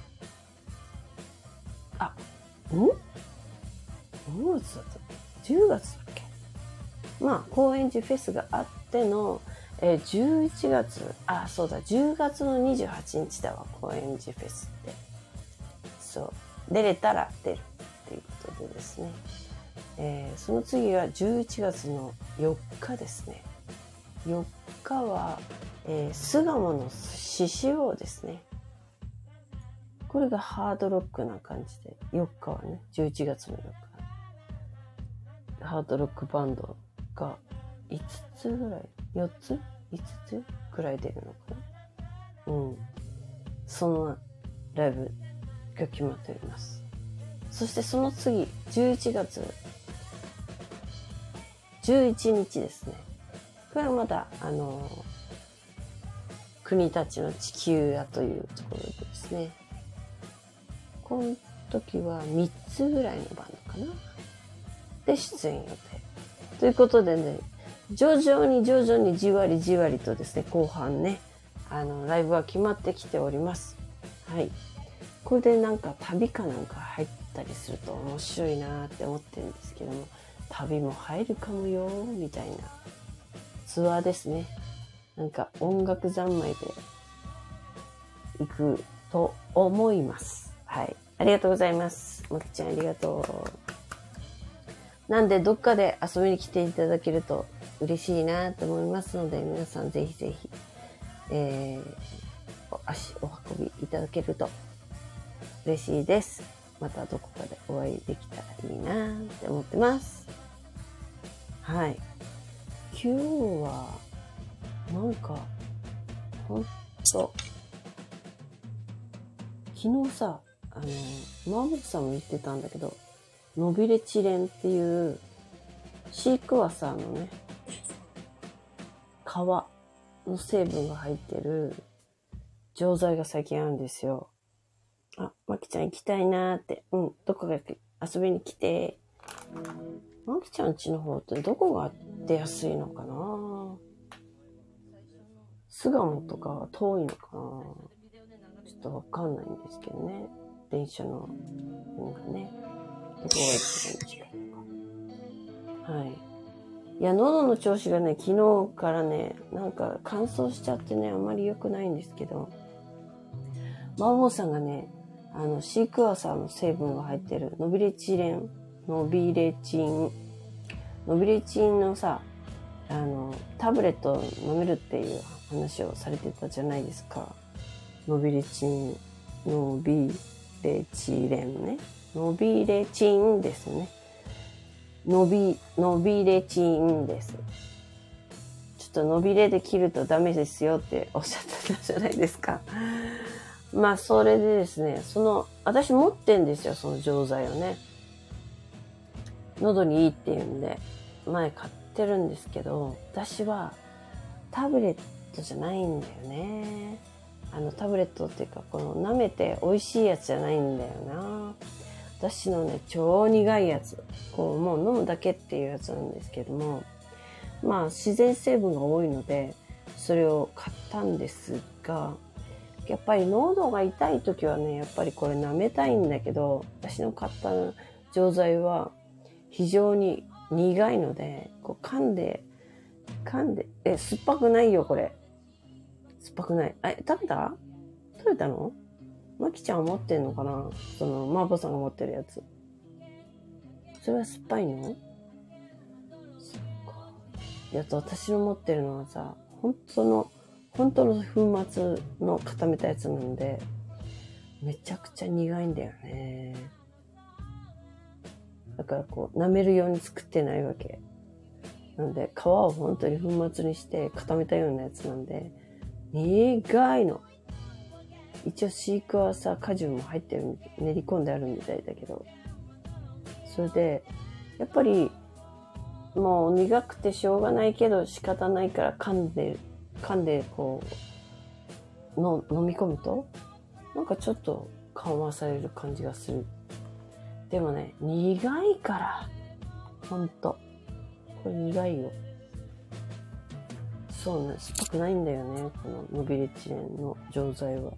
あ、ん ?何 月だった ?じゅう 月だっけ。まあ、高円寺フェスがあっての、えー、じゅういちがつ、あ、そうだ、じゅうがつのにじゅうはちにちだわ、高円寺フェスって。そう。出れたら出るっていうことでですね。えー、その次はじゅういちがつのよっかですね。よっかは、えー、巣鴨の獅子王ですね。これがハードロックな感じで、よっかはね、じゅういちがつのよっか。ハードロックバンドがいつつぐらい ?よっ つ ?いつ つぐらい出るのかな。うん。そんなライブが決まっております。そしてその次、じゅういちがつじゅういちにちですね。これはまだ、あの、国立の地球屋というところでですね。この時はみっつぐらいのバンドかな。で、出演予定。ということでね、徐々に徐々にじわりじわりとですね、後半ね、あの、ライブは決まってきております。はい。これでなんか旅かなんか入ったりすると面白いなーって思ってるんですけども、旅も入るかもよー、みたいなツアーですね。なんか音楽三昧で行くと思います。はい。ありがとうございます。まきちゃんありがとう。なんでどっかで遊びに来ていただけると嬉しいなと思いますので、皆さんぜひぜひ、えー、足お運びいただけると嬉しいです。またどこかでお会いできたらいいなって思ってます。はい。今日は、なんか、ほんと、昨日さ、あの、マーボさんも言ってたんだけど、ノビレチレンっていうシークワーサーのね、皮の成分が入ってる錠剤が最近あるんですよ。あ、まきちゃん行きたいなーって。うん、どこか遊びに来て。まきちゃん家の方ってどこが出やすいのかな？巣鴨とかは遠いのかな？ちょっとわかんないんですけどね。電車の分がね。どこが一番近いのか。はい。いや、喉の調子がね、昨日からね、なんか乾燥しちゃってね、あんまり良くないんですけど、マーボーさんがね、あの、シークワーサーの成分が入ってるノビレチレン、ノビレチン、ノビレチンのさ、あの、タブレット飲めるっていう話をされてたじゃないですか。ノビレチン、ノビレチレンね。ノビレチンですね。ノビ、ノビレチンです。ちょっとノビレで切るとダメですよっておっしゃってたじゃないですか。まあ、それでですね、その、私持ってんですよ、その錠剤をね。喉にいいっていうんで、前買ってるんですけど、私はタブレットじゃないんだよね。あの、タブレットっていうか、この舐めて美味しいやつじゃないんだよな。私のね、超苦いやつ。こう、もう飲むだけっていうやつなんですけども、まあ、自然成分が多いので、それを買ったんですが、やっぱり喉が痛い時はね、やっぱりこれ舐めたいんだけど、私の買った錠剤は非常に苦いので、こう噛んで、噛んで、え、酸っぱくないよ、これ。酸っぱくない。え、食べた？食べたの？まきちゃん持ってんのかな？その、マーボさんが持ってるやつ。 それは酸っぱいの？そっか。いや、私の持ってるのはさ、本当の、本当の粉末の固めたやつなんで、めちゃくちゃ苦いんだよね。だからこう、舐めるように作ってないわけ。なんで、皮を本当に粉末にして固めたようなやつなんで、苦いの。一応シークワーサー果汁も入ってる、練り込んであるみたいだけど。それで、やっぱり、もう苦くてしょうがないけど仕方ないから噛んで、噛んでこう、の飲み込むと、なんかちょっと緩和される感じがする。でもね、苦いから、ほんと。これ苦いよ。そうね、酸っぱくないんだよね、このノビレチレンの錠剤は。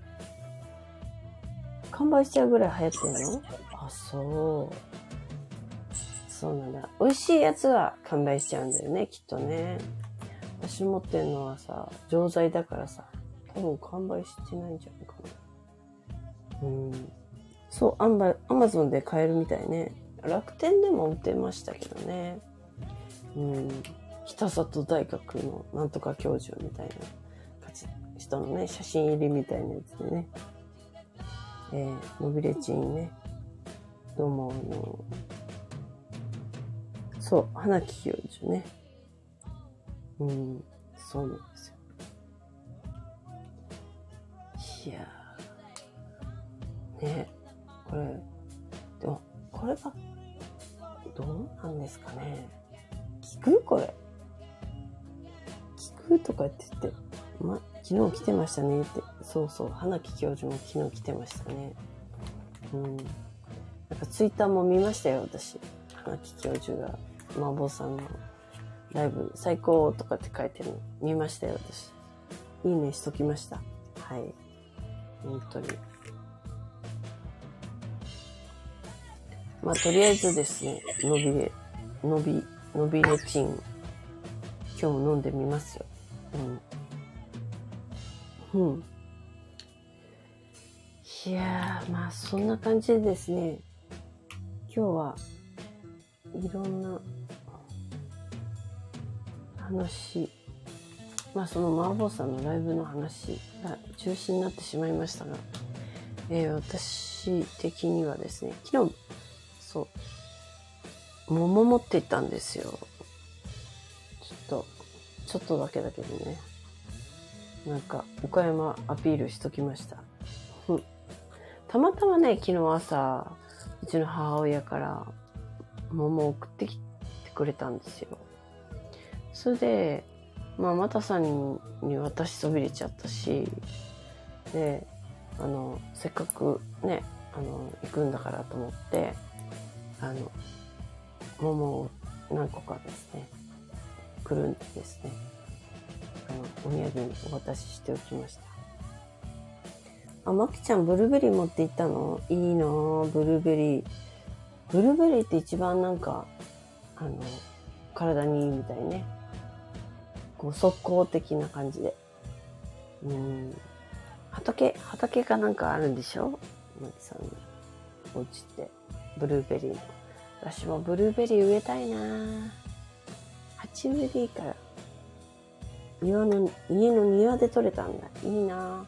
完売しちゃうぐらい流行ってんの？あ、そう。そうなんだ。美味しいやつは完売しちゃうんだよね、きっとね。私持ってるのはさ、錠剤だからさ、多分完売してないんじゃないかな。うん。そう、アンバ、アマゾンで買えるみたいね。楽天でも売ってましたけどね。うん。北里大学のなんとか教授みたいな人のね、写真入りみたいなやつでね。えー、ノビレチンね。どうも、あの、そう、花木教授ね。うん、そうなんですよ。いやー、ね、これ、でも、これが、どうなんですかね。聞く？これ。聞く？とかって言って、ま、昨日来てましたねって。そうそう、花木教授も昨日来てましたね。うん。なんかツイッターも見ましたよ、私。花木教授が、マーボーさんのライブ最高とかって書いてるの見ましたよ、私。いいねしときました。はい。本当に。まあ、とりあえずですね、のびれ、のび、のびれチン、今日も飲んでみますよ。うん。うん。いやー、まあ、そんな感じでですね、今日はいろんな話、まあそのマーボーさんのライブの話が中止になってしまいましたが、えー、私的にはですね、昨日、そう、桃持って行ったんですよ。ちょっと、ちょっとだけだけどね。なんか、岡山アピールしときました。たまたまね、昨日朝、うちの母親から桃を送ってきてくれたんですよ。それで、まあ、またさんに渡しそびれちゃったし、で、あの、せっかくね、あの、行くんだからと思って、あの、桃を何個かですね、くるんでですね、あの、お土産にお渡ししておきました。あ、まきちゃんブルーベリー持って行ったの？いいなぁ、ブルーベリー。ブルーベリーって一番なんか、あの、体にいいみたいね。こう、速攻的な感じで。うん。畑、畑かなんかあるんでしょ？まきさんのお家って。ブルーベリーの。私もブルーベリー植えたいなぁ。鉢植えでいいから。庭の、家の庭で採れたんだ。いいなぁ。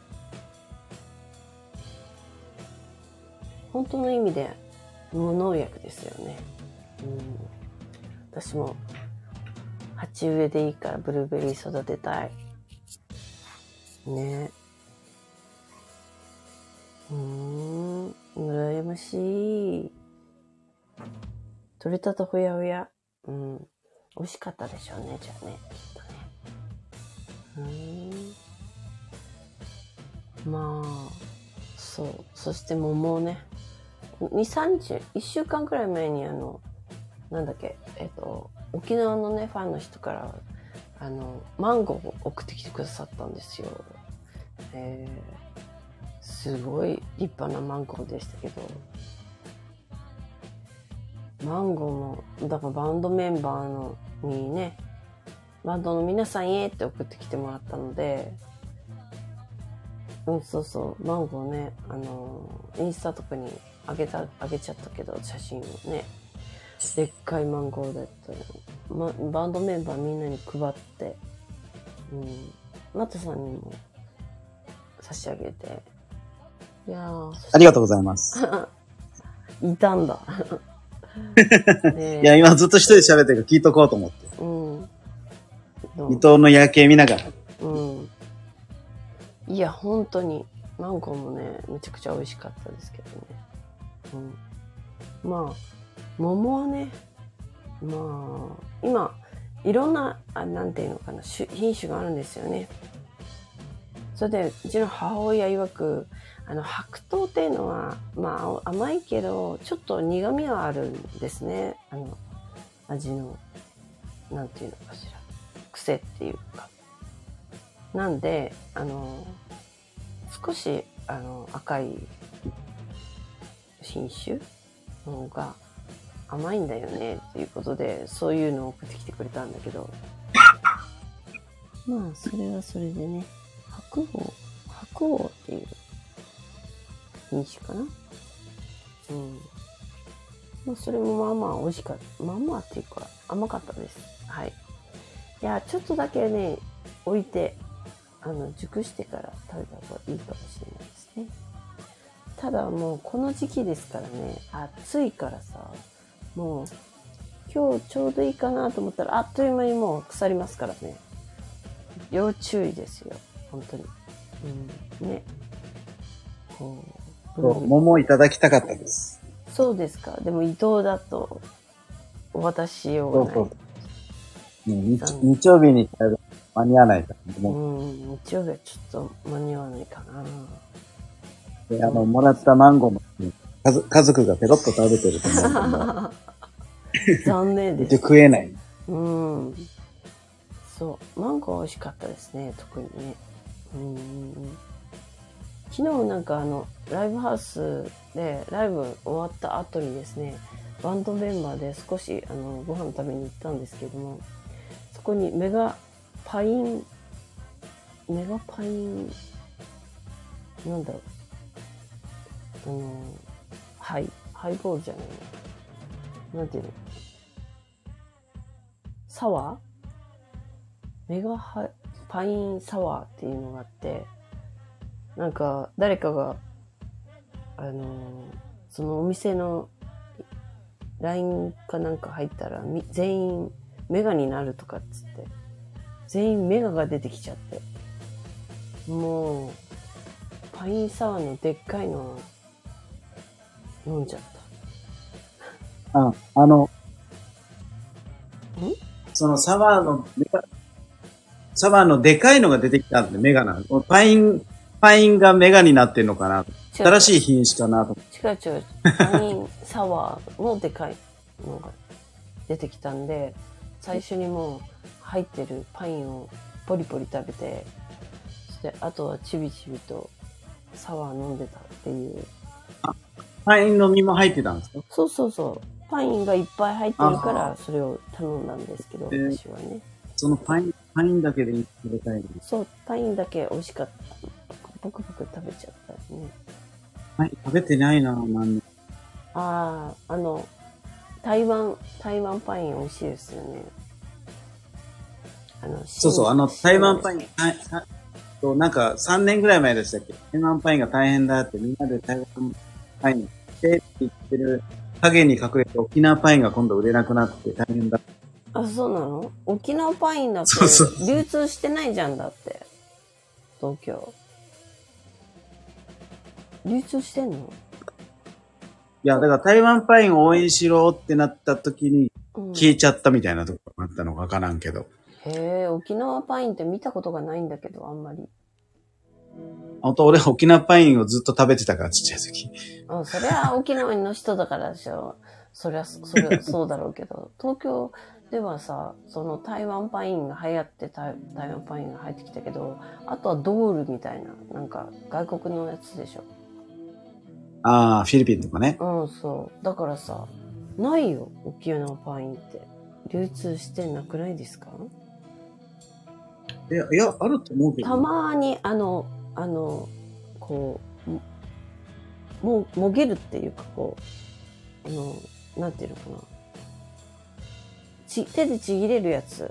本当の意味で無農薬ですよね。うん、私も鉢植えでいいからブルーベリー育てたい。ね。うーん、羨ましい。取れたてほやほや。うん、美味しかったでしょうね、じゃあね、きっとね。うーん。まあ、そう。そして桃をね、に、さんじゅう、いっしゅうかんくらい前にあの、なんだっけ、えっと、沖縄のね、ファンの人から、あの、マンゴーを送ってきてくださったんですよ。えー、すごい立派なマンゴーでしたけど、マンゴーの、だからバンドメンバーのにね、バンドの皆さんへって送ってきてもらったので、うん、そうそう、マンゴーね、あの、インスタとかにあげた、あげちゃったけど、写真をね。 でっかいマンゴーだったよ、ま、バンドメンバーみんなに配って、うん、マトさんにも差し上げて、いやー、 ありがとうございます。 いたんだ。ね、 いや、今ずっと一人で喋ってるから聞いとこうと思って。うん。伊藤の夜景見ながら。 うん。いや、本当に、マンゴーもね、めちゃくちゃ美味しかったですけどね。うん。まあ、桃はね、まあ、今、いろんな、あ、なんていうのかな、品種があるんですよね。それで、うちの母親曰く、あの、白桃っていうのは、まあ、甘いけど、ちょっと苦味があるんですね。あの、味の、なんていうのかしら。癖っていうか。なんで、あの、少し、あの、赤い品種の方が甘いんだよね、っていうことで、そういうのを送ってきてくれたんだけど。まあ、それはそれでね、白鳳、白鳳っていう品種かな。うん。まあ、それもまあまあ美味しかった。まあまあっていうか、甘かったです。はい。いや、ちょっとだけね、置いて、あの、熟してから食べた方がいいかもしれないですね。ただもうこの時期ですからね、暑いからさ、もう、今日ちょうどいいかなと思ったら、あっという間にもう腐りますからね。要注意ですよ。本当に。うん。ね。こう。そう、桃いただきたかったです。 そうですか。でも伊藤だと、お渡ししようがない。そうそう。 日, 日曜日に間に合わないから。 うん、日曜日はちょっと間に合わないかな。 で、あの、もらったマンゴーも、家, 家族がペロッと食べてると思うけど。 残念です。 食えない。 うん。そう。マンゴー美味しかったですね、特にね。うん。昨日なんかあの、ライブハウスで、ライブ終わった後にですね、バンドメンバーで少しあのご飯食べに行ったんですけども、そこにメガパイン、メガパイン、なんだろう、あの、ハイ、ハイボールじゃないの。なんていうの、サワーメガハイパインサワーっていうのがあって、なんか誰かが、あの、そのお店の ライン かなんか入ったら全員メガになるとかっつって、全員メガが出てきちゃって、もうパインサワーのでっかいの飲んじゃった。 あ、あの、んそのサワーのメガ、サワーのでかいのが出てきたんでメガなの。パイン、パインがメガになってんのかな。新しい品種かなと。 違う違う。パインサワーのでかいのが出てきたんで、最初にもう入ってるパインをポリポリ食べて、そしてあとはちびちびとサワー飲んでたっていう。 あ、パインの実も入ってたんですか？ そうそうそう。パインがいっぱい入ってるからそれを頼んだんですけど、私はね。 そのパイン、パインだけで食べたいの？ そう、パインだけ美味しかった。ボクボク食べちゃったね。 はい、食べてないな、何。 ああ、あの、台湾、台湾パイン美味しいですよね。あの、 そうそう、あの、台湾パイン、はい、と、なんかさんねんぐらい前でしたっけ？台湾パインが大変だって、みんなで台湾パインって言ってる影に隠れて沖縄パインが今度売れなくなって大変だ。 あ、そうなの？沖縄パインだってそうそう流通してないじゃんだって。東京。流通してんの？ いや、だから台湾パインを応援しろってなった時に消えちゃったみたいなところがあったのかわからんけど。 うん、へえ、沖縄パインって見たことがないんだけど、あんまり。 本当俺沖縄パインをずっと食べてたから、ちっちゃい時。 うん、そりゃ沖縄の人だからでしょ。そりゃ、そりゃそうだろうけど、東京ではさ、その台湾パインが流行って台湾パインが入ってきたけど、あとはドールみたいな、なんか外国のやつでしょ。 ああ、フィリピンとかね。 うん、そう。だからさ、ないよ、沖縄パインって。流通してなくないですか？ いや、いや、あると思うけど。 たまに、あの、あの、こう、も、もげるっていうか、こう、あの、なんていうのかな。 ち、手でちぎれるやつ。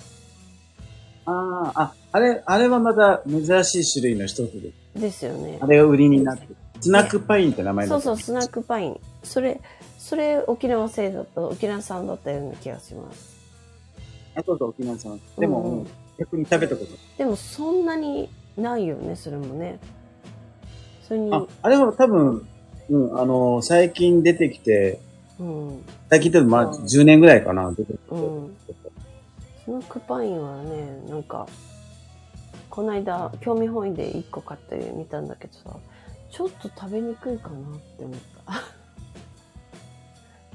ああ、あ、あれ、あれはまた珍しい種類の一つで。 ですよね。 あれが売りになってる。スナックパインって名前だった。 そうそう、スナックパイン。それ、それ沖縄製だった、沖縄産だったような気がします。 あ、そうそう、沖縄産。でも、うん、逆に食べたこと。 でもそんなにないよね、それもね。それに。 あ、あれは多分、うん、あの、最近出てきて、 うん、 最近ってまあじゅうねんぐらいかな、出てきて。うん、 スナックパインはね、なんか、この間、興味本位でいっこ買ってみたんだけどさ、ちょっと食べにくいかなって思った。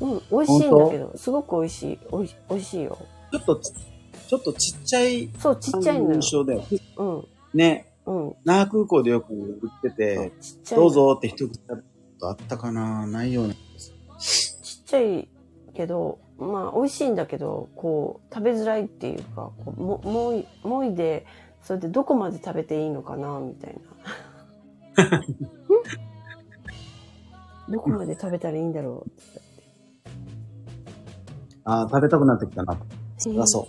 うん、美味しいんだけど、すごく美味しい。おい美味しいよ。 ちょっと、ちょっとちっちゃい。 そう、ちっちゃいのよ。 印象だよ。 うん。 ね。 うん。 那覇空港でよく売ってて、ちっちゃいどうぞって一口食べたことあったかな、ないような。 ちっちゃいけど、まあ美味しいんだけど、こう、食べづらいっていうか、こうも、もい、もいで、それでどこまで食べていいのかな、みたいな。どこまで食べたらいいんだろうって。 ああ、食べたくなってきたな。そりゃそう。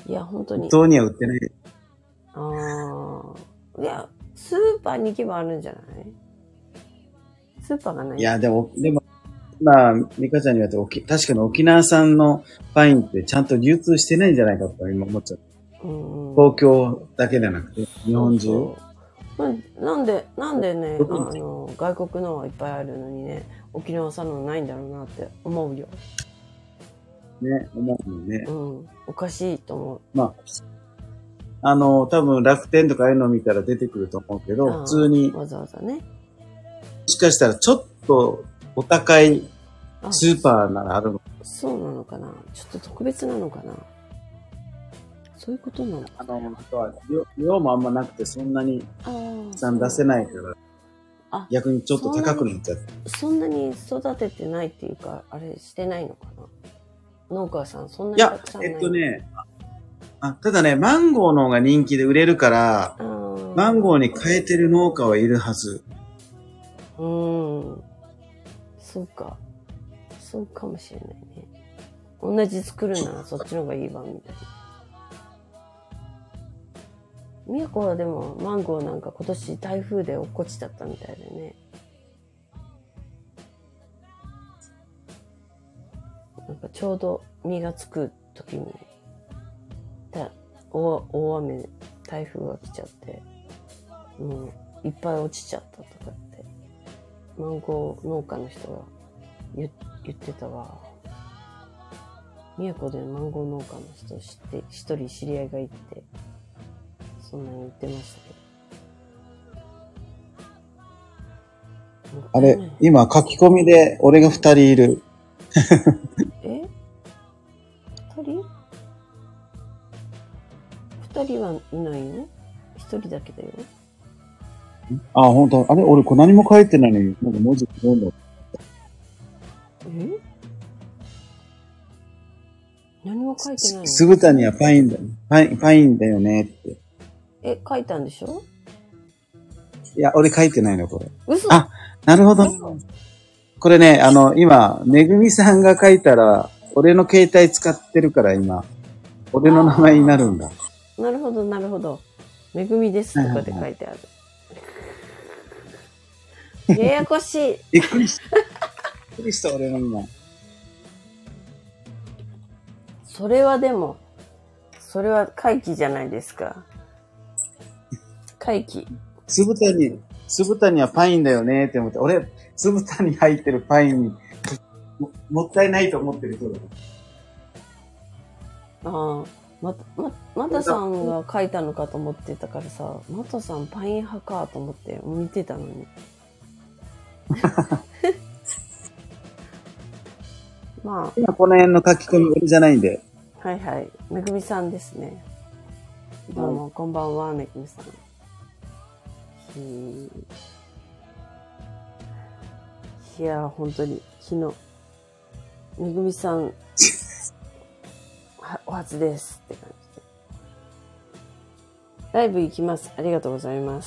いや、本当に。 本当には売ってない。 ああ。いや、スーパーに行けばあるんじゃない？スーパーがない。 いや、でも、でも、まあ、ミカちゃんに言われて、確かに沖縄産のパインってちゃんと流通してないんじゃないかと今思っちゃう。うんうん、東京だけじゃなくて、日本中。そうそうなんで、なんでね、あの、外国のはいっぱいあるのにね、沖縄産のないんだろうなって思うよ。 ね、思うもんね。 うん。おかしいと思う。 まあ、あの、多分楽天とかああいうのを見たら出てくると思うけど、普通に。 わざわざね。 もしかしたらちょっとお高いスーパーならあるのかな。 そうなのかな。ちょっと特別なのかな。そういうことなのかな。 あの、あとは量、量もあんまなくてそんなにたくさん出せないから、あ逆にちょっと高くなっちゃって。 そんなに育ててないっていうか、あれしてないのかな。農家さん、そんなにたくさんない。 いや、えっとね、あ、ただね、マンゴーの方が人気で売れるから、マンゴーに変えてる農家はいるはず。 うーん。そうか。そうかもしれないね。同じ作るならそっちの方がいいわ、みたいな。みやこはでも、マンゴーなんか今年台風で落っこちちゃったみたいでね。なんかちょうど実がつく時に、だ大、大雨、台風が来ちゃって、もういっぱい落ちちゃったとかって、マンゴー農家の人が言、言ってたわ。宮古でマンゴー農家の人知って、一人知り合いがいて、そんなに言ってましたけど。あれ、今書き込みで俺が二人いる。 え？二人？二人はいないよ。一人だけだよ。 あ、ほんと。あれ俺これ何も書いてないのに、なんか文字読んだ。 え？何も書いてないの？ すぶたにはパインだ、パイン、パインだよねって。 え、書いたんでしょ？ いや、俺書いてないの、これ。 嘘？ あ、なるほど。これね、あの、今、めぐみさんが書いたら、俺の携帯使ってるから今、俺の名前になるんだ。 なるほど、なるほど。めぐみですとかで書いてある。ややこしい。 びっくりした。びっくりした、俺の今。 それはでも、それは怪奇じゃないですか。怪奇。 酢豚に、酢豚にはパインだよねって思って、俺、酢豚に入ってるパインにも、もったいないと思ってる人だ。 ああ、ま、ま、またさんが書いたのかと思ってたからさ、またさんパイン派かと思って見てたのに。まあ。 今この辺の書き込み俺じゃないんで。 はいはい。めぐみさんですね。どうも、こんばんは、めぐみさん。いやー、本当に、昨日、めぐみさん、はお初ですって感じで。ライブ行きます。ありがとうございます。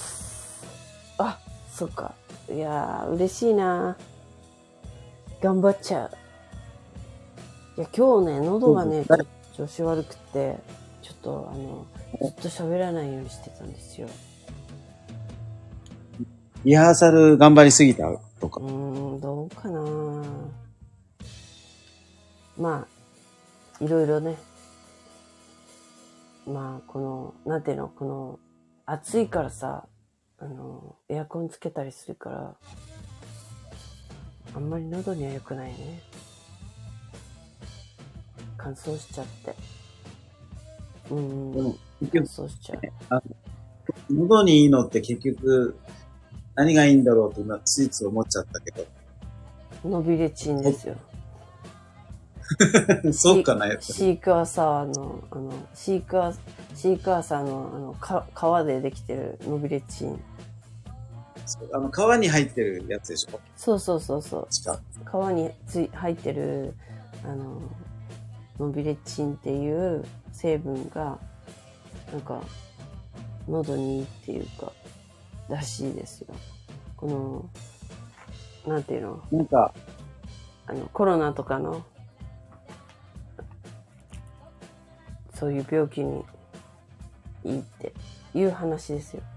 あ、そっか。いやー、嬉しいな。頑張っちゃう。いや、今日ね、喉がね、ち調子悪くて、ちょっとあの、ずっと喋らないようにしてたんですよ。 リハーサル頑張りすぎたとか。 うーん、どうかな。まあ、いろいろね。まあ、この、なんていうの、この、暑いからさ、あの、エアコンつけたりするから、あんまり喉には良くないね。乾燥しちゃって。うん、うん、乾燥しちゃう。 あ、喉にいいのって結局、何がいいんだろうって今、ついつい思っちゃったけど。 ノビレチンですよ。 そうかな、やっぱり。 シークワーサーの、あの、シークワー、シークワーサーの、あの、か、皮でできてるノビレチン。 あの、皮に入ってるやつでしょ？ そうそうそうそう。 確か。皮につい、入ってる、あの、ノビレチンっていう成分が、なんか、喉にいいっていうか、らしいですよ。この、なんていうの？ なんか、 あの、コロナとかの、そういう病気にいいっていう話ですよ。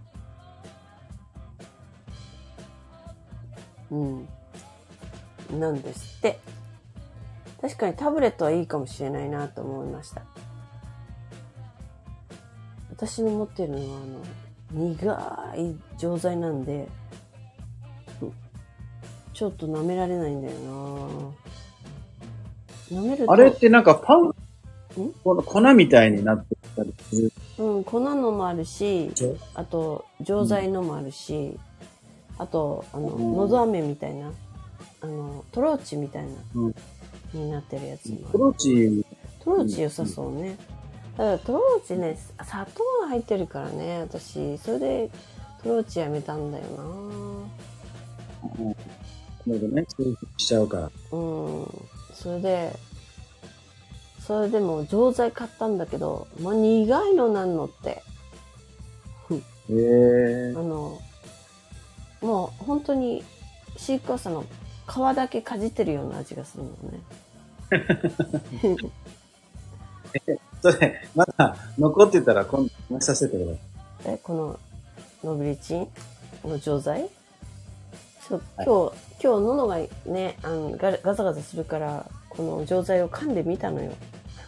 うん。なんですって。確かにタブレットはいいかもしれないなと思いました。私の持ってるのは、あの、苦い錠剤なんで、ちょっと舐められないんだよな。舐めると。 あれってなんかパウ、この粉みたいになってたりする。 うん、粉のもあるし、あと、錠剤のもあるし、うん、あと、あの、のど飴みたいな、あの、トローチみたいな、うん、になってるやつもある。 トローチトローチ良さそうね。ただトローチね、砂糖が入ってるからね、私。それでトローチやめたんだよな。 うん。なるほどね。そうしちゃうから。 うん。それで、それでも錠剤買ったんだけど、まあ、苦いのなんのって。 へえ。 あの、もう本当にシークワーサーの皮だけかじってるような味がするのね。 それ、まだ残ってたら今度試させてください。 え、このノビリチンの錠剤、そう、 はい、 今日、今日喉がね、あのガ、ガザガザするから、この錠剤を噛んでみたのよ。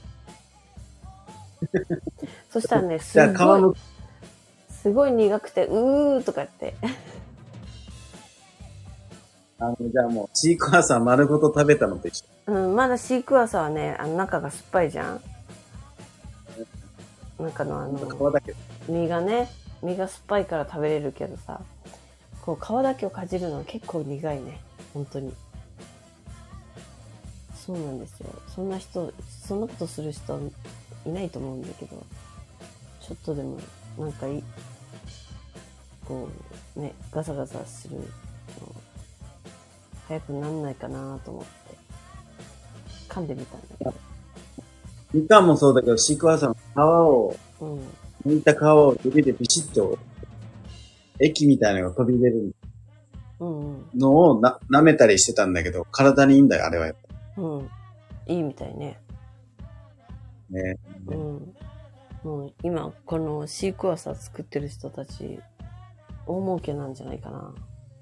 そしたらね、すごい、すごい苦くて、うーとか言って。 あの、じゃあもう、シークワーサー丸ごと食べたのと一緒。うん、まだシークワーサーはね、あの中が酸っぱいじゃん。中のあの、 皮だけ身がね、身が酸っぱいから食べれるけどさ、こう皮だけをかじるのは結構苦いね。本当に。そうなんですよ。そんな人、そんなことする人いないと思うんだけど、ちょっとでも、なんかい、こう、ね、ガサガサするの、早くなんないかなと思って、噛んでみたんだけど。 みかんもそうだけど、シークワーサーの皮を、うん、剥いた皮を指でビシッと、液みたいなのが飛び出るのをな、舐めたりしてたんだけど、体にいいんだよ、あれはやっぱ。 うん。いいみたいね。 ね。 うん。もう今、このシークワーサー作ってる人たち、大儲けなんじゃないかな。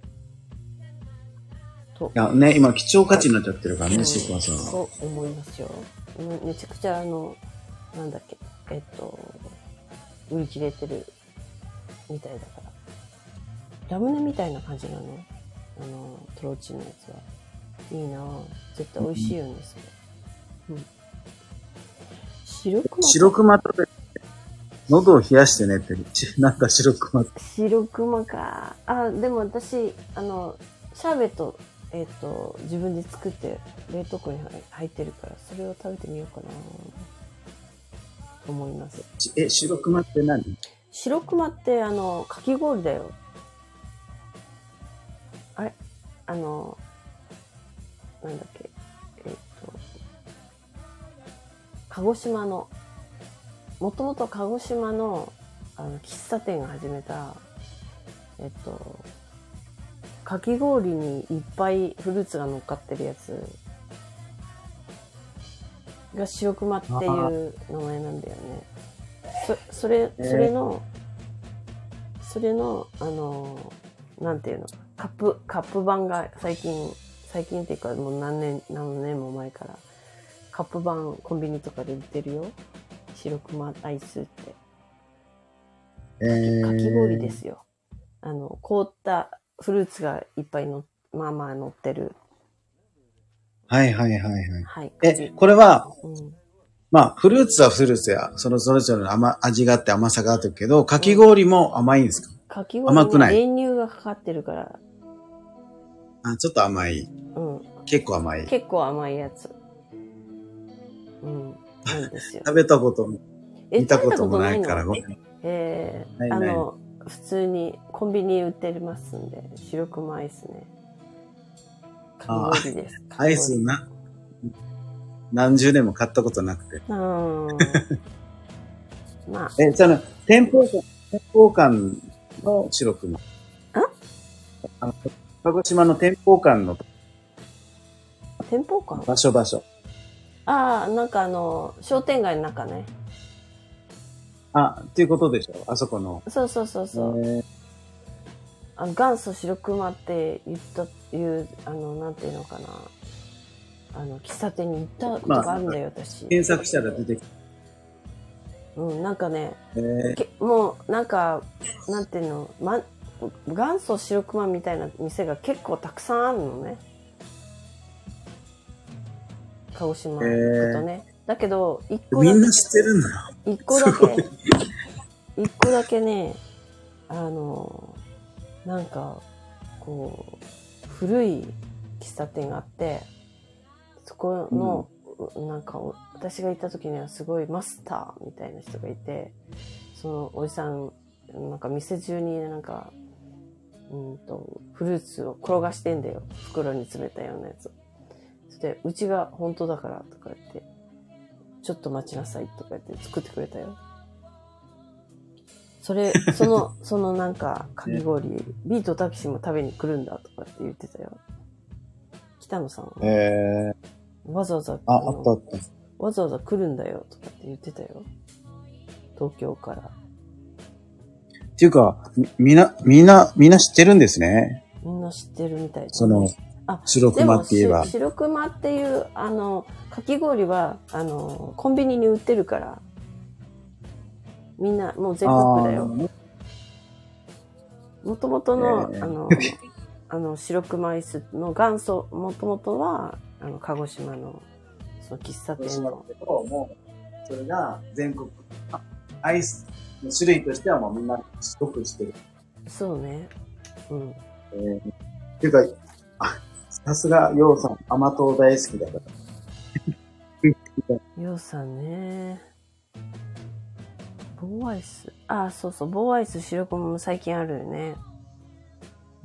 と。 いや、ね、今貴重価値になっちゃってるからね、うん、シークワーサー。 と思いますよ。めちゃくちゃあの、なんだっけ、えっと、売り切れてるみたいだから。ラムネみたいな感じなの？あの、トローチのやつは。いいなぁ。絶対美味しいよね、それ。うん。白熊。 白熊食べて、喉を冷やしてねって、なんか白熊。 白熊か。あ、でも私、あの、シャーベット、えっと、自分で作って冷凍庫に入ってるから、それを食べてみようかなと思います。 え、白熊って何？ 白熊って、あの、かき氷だよ。あれあの、なんだっけ、えっと、鹿児島の、もともと鹿児島の、あの、喫茶店が始めた、えっと、かき氷にいっぱいフルーツが乗っかってるやつ。 が白熊っていう名前なんだよね。そ、それ、それの、それの、あの、なんていうの、カップ、カップ版が最近、最近っていうかもう何年、何年も前から、カップ版コンビニとかで売ってるよ。白熊アイスって。 えー、 かき氷ですよ。あの、凍ったフルーツがいっぱいの、まあまあ乗ってる。 はいはいはいはい。 はい。 え、これは、 うん、 まあ、フルーツはフルーツや、そのそれぞれの甘味があって甘さがあるけど、かき氷も甘いんですか？ かき氷に練乳がかかってるから。 あ、ちょっと甘い。 うん。 結構甘い。 結構甘いやつ。うん。なんですよ。 食べたことも、見たこともないからごめん。 ええー、あの、普通にコンビニ売ってますんで、白熊アイスね。かき氷です。 アイスな、何十年も買ったことなくて。 うん。まあ。 え、その、店舗間、店舗間の白熊。あの、鹿児島の店舗間の。 店舗間？ 場所場所。 ああ、なんかあの、商店街の中ね。 あ、っていうことでしょ？あそこの。 そうそうそうそう。えー、あの元祖白熊って言った、いう、あの、なんていうのかな。あの、喫茶店に行ったことがあるんだよ、まあ、私。 検索したら出てきた。 うん、なんかね、 えー、 けもう、なんか、なんていうの、ま、元祖白熊みたいな店が結構たくさんあるのね。鹿児島行くとね。えー、だけど、一個だけ。 みんな知ってるんだ。 一個だけ、一個だけね、あの、なんか、こう、古い喫茶店があって、そこの、うん、なんか、私が行った時にはすごいマスターみたいな人がいて、そのおじさん、なんか店中になんか、うんと、フルーツを転がしてんだよ。袋に詰めたようなやつ。そして、うちが本当だからとか言って、ちょっと待ちなさいとか言って作ってくれたよ。それ、その、そのなんか、かき氷、ビートたけしも食べに来るんだとかって言ってたよ。北野さんは。 えー、わざわざ、 あ、あったあった。 わざわざ来るんだよとかって言ってたよ。東京から。 っていうか、み、みんな、みんな、みんな知ってるんですね。 みんな知ってるみたいです、 ね。その、あ、白熊って言えば。 白熊っていう、あの、かき氷は、あの、コンビニに売ってるから、みんな、もう全国だよ。もともとの、えー、あの、あの、白熊アイスの元祖、もともとは、あの、鹿児島の、その喫茶店の。 もう、それが全国、アイスの種類としてはもうみんなすごく知ってる。 そうね。うん。 えー、っていうか、あ、さすが、ようさん、甘党大好きだから。 ようさんね。棒アイス。あ、そうそう、棒アイス白熊も最近あるよね。うん。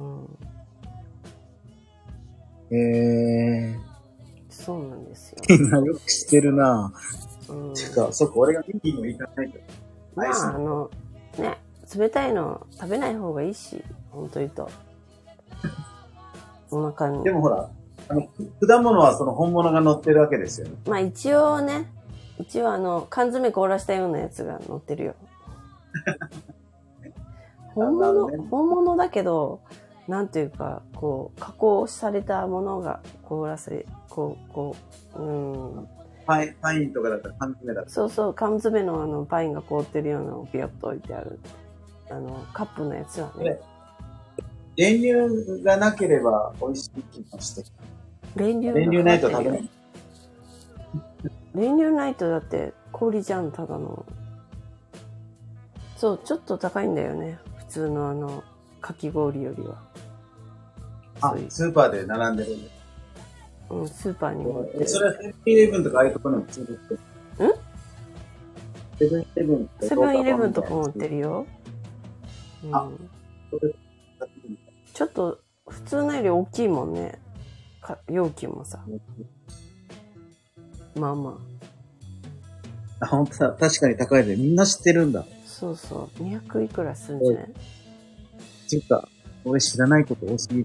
えー。 そうなんですよ。 みんなよく知ってるなぁ。 うん。 てか、そっか、俺が見にも行かないと。 まあ、あの、ね、冷たいの食べない方がいいし、ほんと言うと。お腹に。 でもほら、あの、果物はその本物が乗ってるわけですよね。 まあ一応ね、一応あの、缶詰凍らしたようなやつが乗ってるよ。本物、ね、本物だけど、なんていうか、こう、加工されたものが凍らせ、こう、こう、うん。 パイン、パインとかだったら缶詰だったら。 そうそう、缶詰のあの、パインが凍ってるようなのをビヨッと置いてある。あの、カップのやつはね。 練乳がなければ美味しい気がして。 練乳練乳ないと食べない。 練乳ないとだって氷じゃん、ただの。そう、ちょっと高いんだよね。普通のあの、かき氷よりは。 あ、スーパーで並んでるんで。 うん、スーパーにも売ってる。 それはセブンイレブンとかああいうところにもついてる。 んセブンイレブンセブンイレブンとかも売ってるよ。うん、あ、ちょっと普通のより大きいもんね。か容器もさ。まあまあ。あ、本当だ。確かに高いで。みんな知ってるんだ。 そうそう。にひゃくいくらするんじゃない？ っていうか、俺知らないこと多すぎる。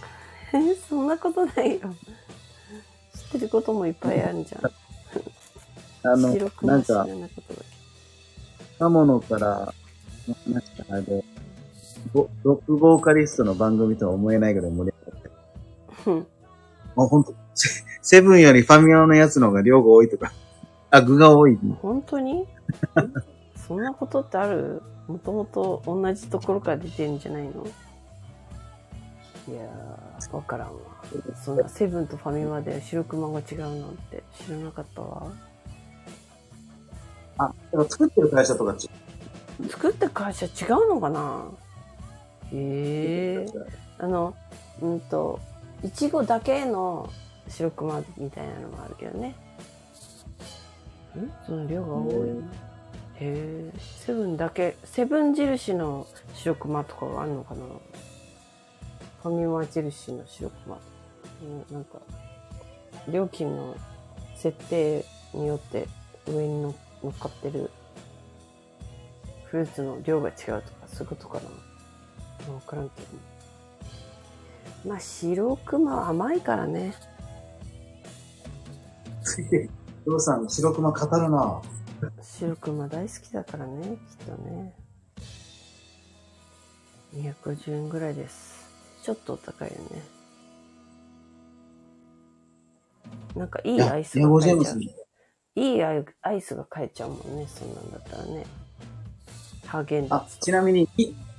え、そんなことないよ。知ってることもいっぱいあるじゃん。 あの、 白熊知らなんか、 なかっただ刃物からの話からで、ボロックボーカリストの番組とは思えないぐらい盛り上がって。 け。うん。 もうほんと、セセブンよりファミマのやつの方が量が多いとか、あ、具が多い。 本当にそんなことってある？もともと同じところから出てるんじゃないの？いやー、わからんわ。そんなセブンとファミマで白熊が違うなんて知らなかったわ。 あ、でも作ってる会社とか違う。 作ってる会社違うのかな？へえー。あの、うんと、いちごだけの白熊みたいなのもあるけどね。ん？その量が多い。へえ。セブンだけ、セブン印の白熊とかがあるのかな？ファミマ印の白熊。うん、なんか、料金の設定によって上にの乗っかってるフルーツの量が違うとか、そういうことかな。わからんけど。まあ、白熊は甘いからね。 お父さん、白熊語るな。 白熊大好きだからね、きっとね。にひゃくごじゅうえんぐらいです。ちょっとお高いよね。なんかいいアイスが買えちゃう。いいアイスが買えちゃうもんね、そんなんだったらね。ハーゲンダッツとか。 あ、ちなみに、ん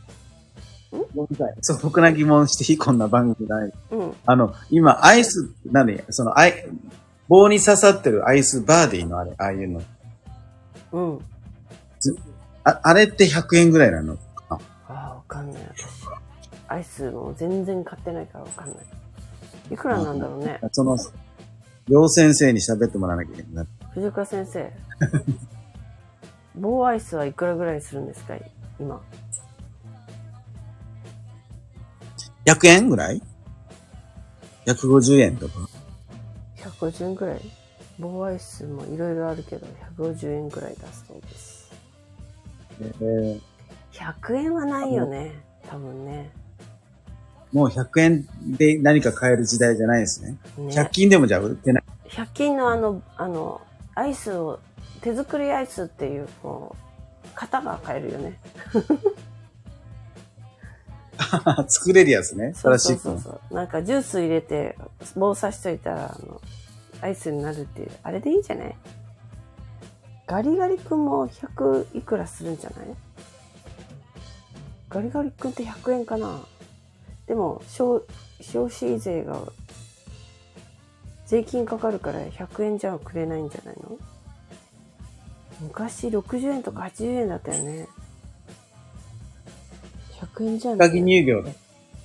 そう、僕な疑問していいこんな番組ない。うん。あの、今、アイス、何その、アイ、棒に刺さってるアイスバーでいいのあれ、ああいうの。うん。あ、あれってひゃくえんぐらいなの？ああ、わかんない、私。アイスも全然買ってないからわかんない。いくらなんだろうね。 その、両先生に喋ってもらわなきゃいけない。 藤川先生。棒アイスはいくらぐらいするんですか今。 ひゃくえんぐらい ?ひゃくごじゅうえんとか。 ひゃくごじゅうえんぐらい。棒アイスもいろいろあるけど、ひゃくごじゅうえんぐらい出すそうです。えー、ひゃくえんはないよね。多分ね。 もうひゃくえんで何か買える時代じゃないですね。ねひゃく均でもじゃあ売ってない。 ひゃく均のあの、あの、アイスを、手作りアイスっていう、こう、型が買えるよね。 作れるやつね。 そうそうそうそう。なんかジュース入れて、棒刺しといたら、あの、アイスになるっていう、あれでいいじゃない？ガリガリ君もひゃくいくらするんじゃない？ガリガリ君ってひゃくえんかな？でも、消、消費税が、税金かかるからひゃくえんじゃくれないんじゃないの？昔ろくじゅうえんとかはちじゅうえんだったよね。ひゃくえんじゃん。 高木乳業だ。ん？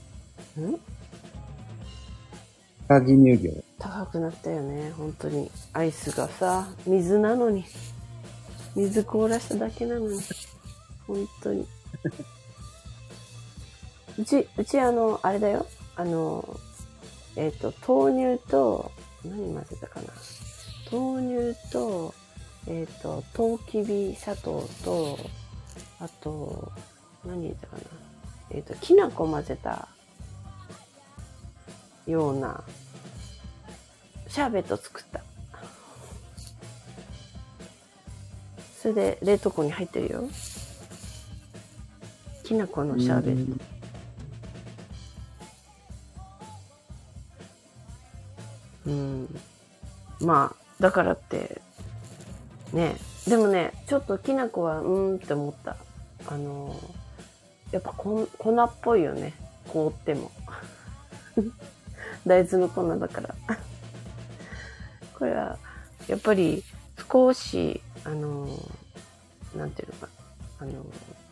高木乳業。 高くなったよね、本当に。アイスがさ、水なのに。水凍らしただけなのに。本当に。うち、うちあの、あれだよ。あの、えっと、豆乳と、何混ぜたかな。豆乳と、えっと、トウキビ砂糖と、あと、何入れたかな。えっと、きな粉混ぜたような、シャーベット作った。それで冷凍庫に入ってるよ。きな粉のシャーベット。うん。まあ、だからって、ね。でもね、ちょっときな粉は、うーんって思った。あの、やっぱこ粉っぽいよね。凍っても。大豆の粉だから。これは、やっぱり少し、あの、なんていうのか、あの、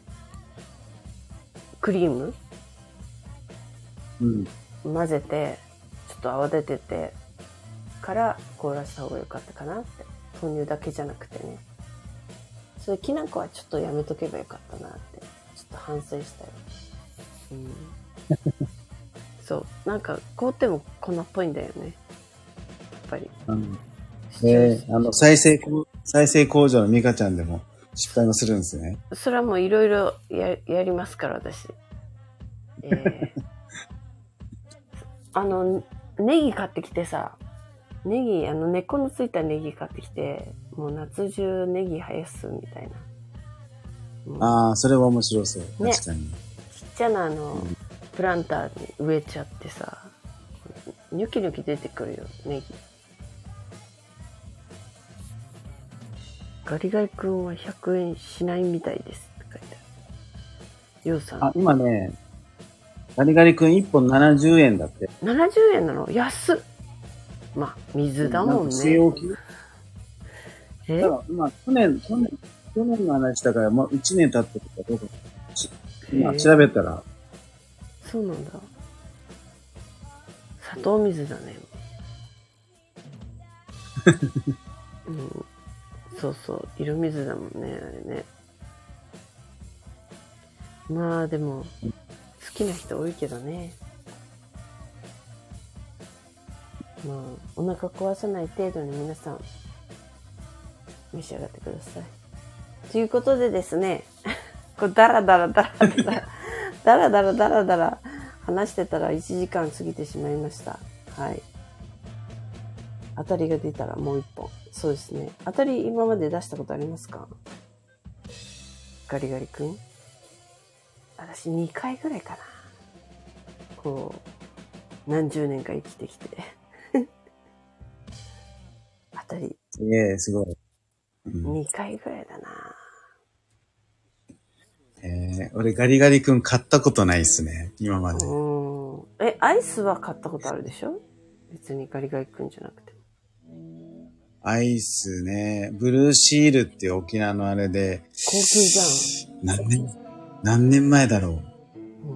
クリーム、うん、混ぜて、ちょっと泡立ててから凍らした方が良かったかなって。豆乳だけじゃなくてね。それきな粉はちょっとやめとけばよかったなって。ちょっと反省したよ。うん、そう。なんか凍っても粉っぽいんだよね。やっぱり。 うんえー、あの、再生、再生工場のミカちゃんでも失敗もするんですね。 それはもういろいろやりますから、私。えー、あの、ネギ買ってきてさ、ネギ、あの、根っこのついたネギ買ってきて、 もう夏中ネギ生やすみたいな。うん、 ああ、それは面白そう。 ね、 確かに。 ちっちゃなあの、うん、プランターに植えちゃってさ、ニョキニョキ出てくるよ、ネギ。ガリガリ君はひゃくえんしないみたいですって書いてある。ようさん。 あ、今ね、ガリガリ君いっぽんななじゅうえんだって。 ななじゅうえんなの？安っ。まあ、水だもんね。 据え置き？ え？ だから、まあ、去年、去年、去年の話だから、まあ、いちねん経ってるかどうか、今調べたら。 そうなんだ。砂糖水だね。うん、そうそう、色水だもんね、あれね。まあでも、好きな人多いけどね。まあ、お腹壊さない程度に皆さん、召し上がってください。ということでですね、これダラダラダラダラ、ダラダラダラダラ話してたらいちじかん過ぎてしまいました。はい。当たりが出たらもう一本。そうですね。当たり今まで出したことありますか？ガリガリ君？私にかいぐらいかな。こう、何十年か生きてきて。当たり。 すげえ、すごい。 うん、にかいぐらいだな。 えー、俺ガリガリ君買ったことないっすね、今まで。 うん。え、アイスは買ったことあるでしょ？別にガリガリ君じゃなくて。 アイスね、ブルーシールっていう沖縄のあれで。 高級じゃん。 何年、何年前だろう。うん、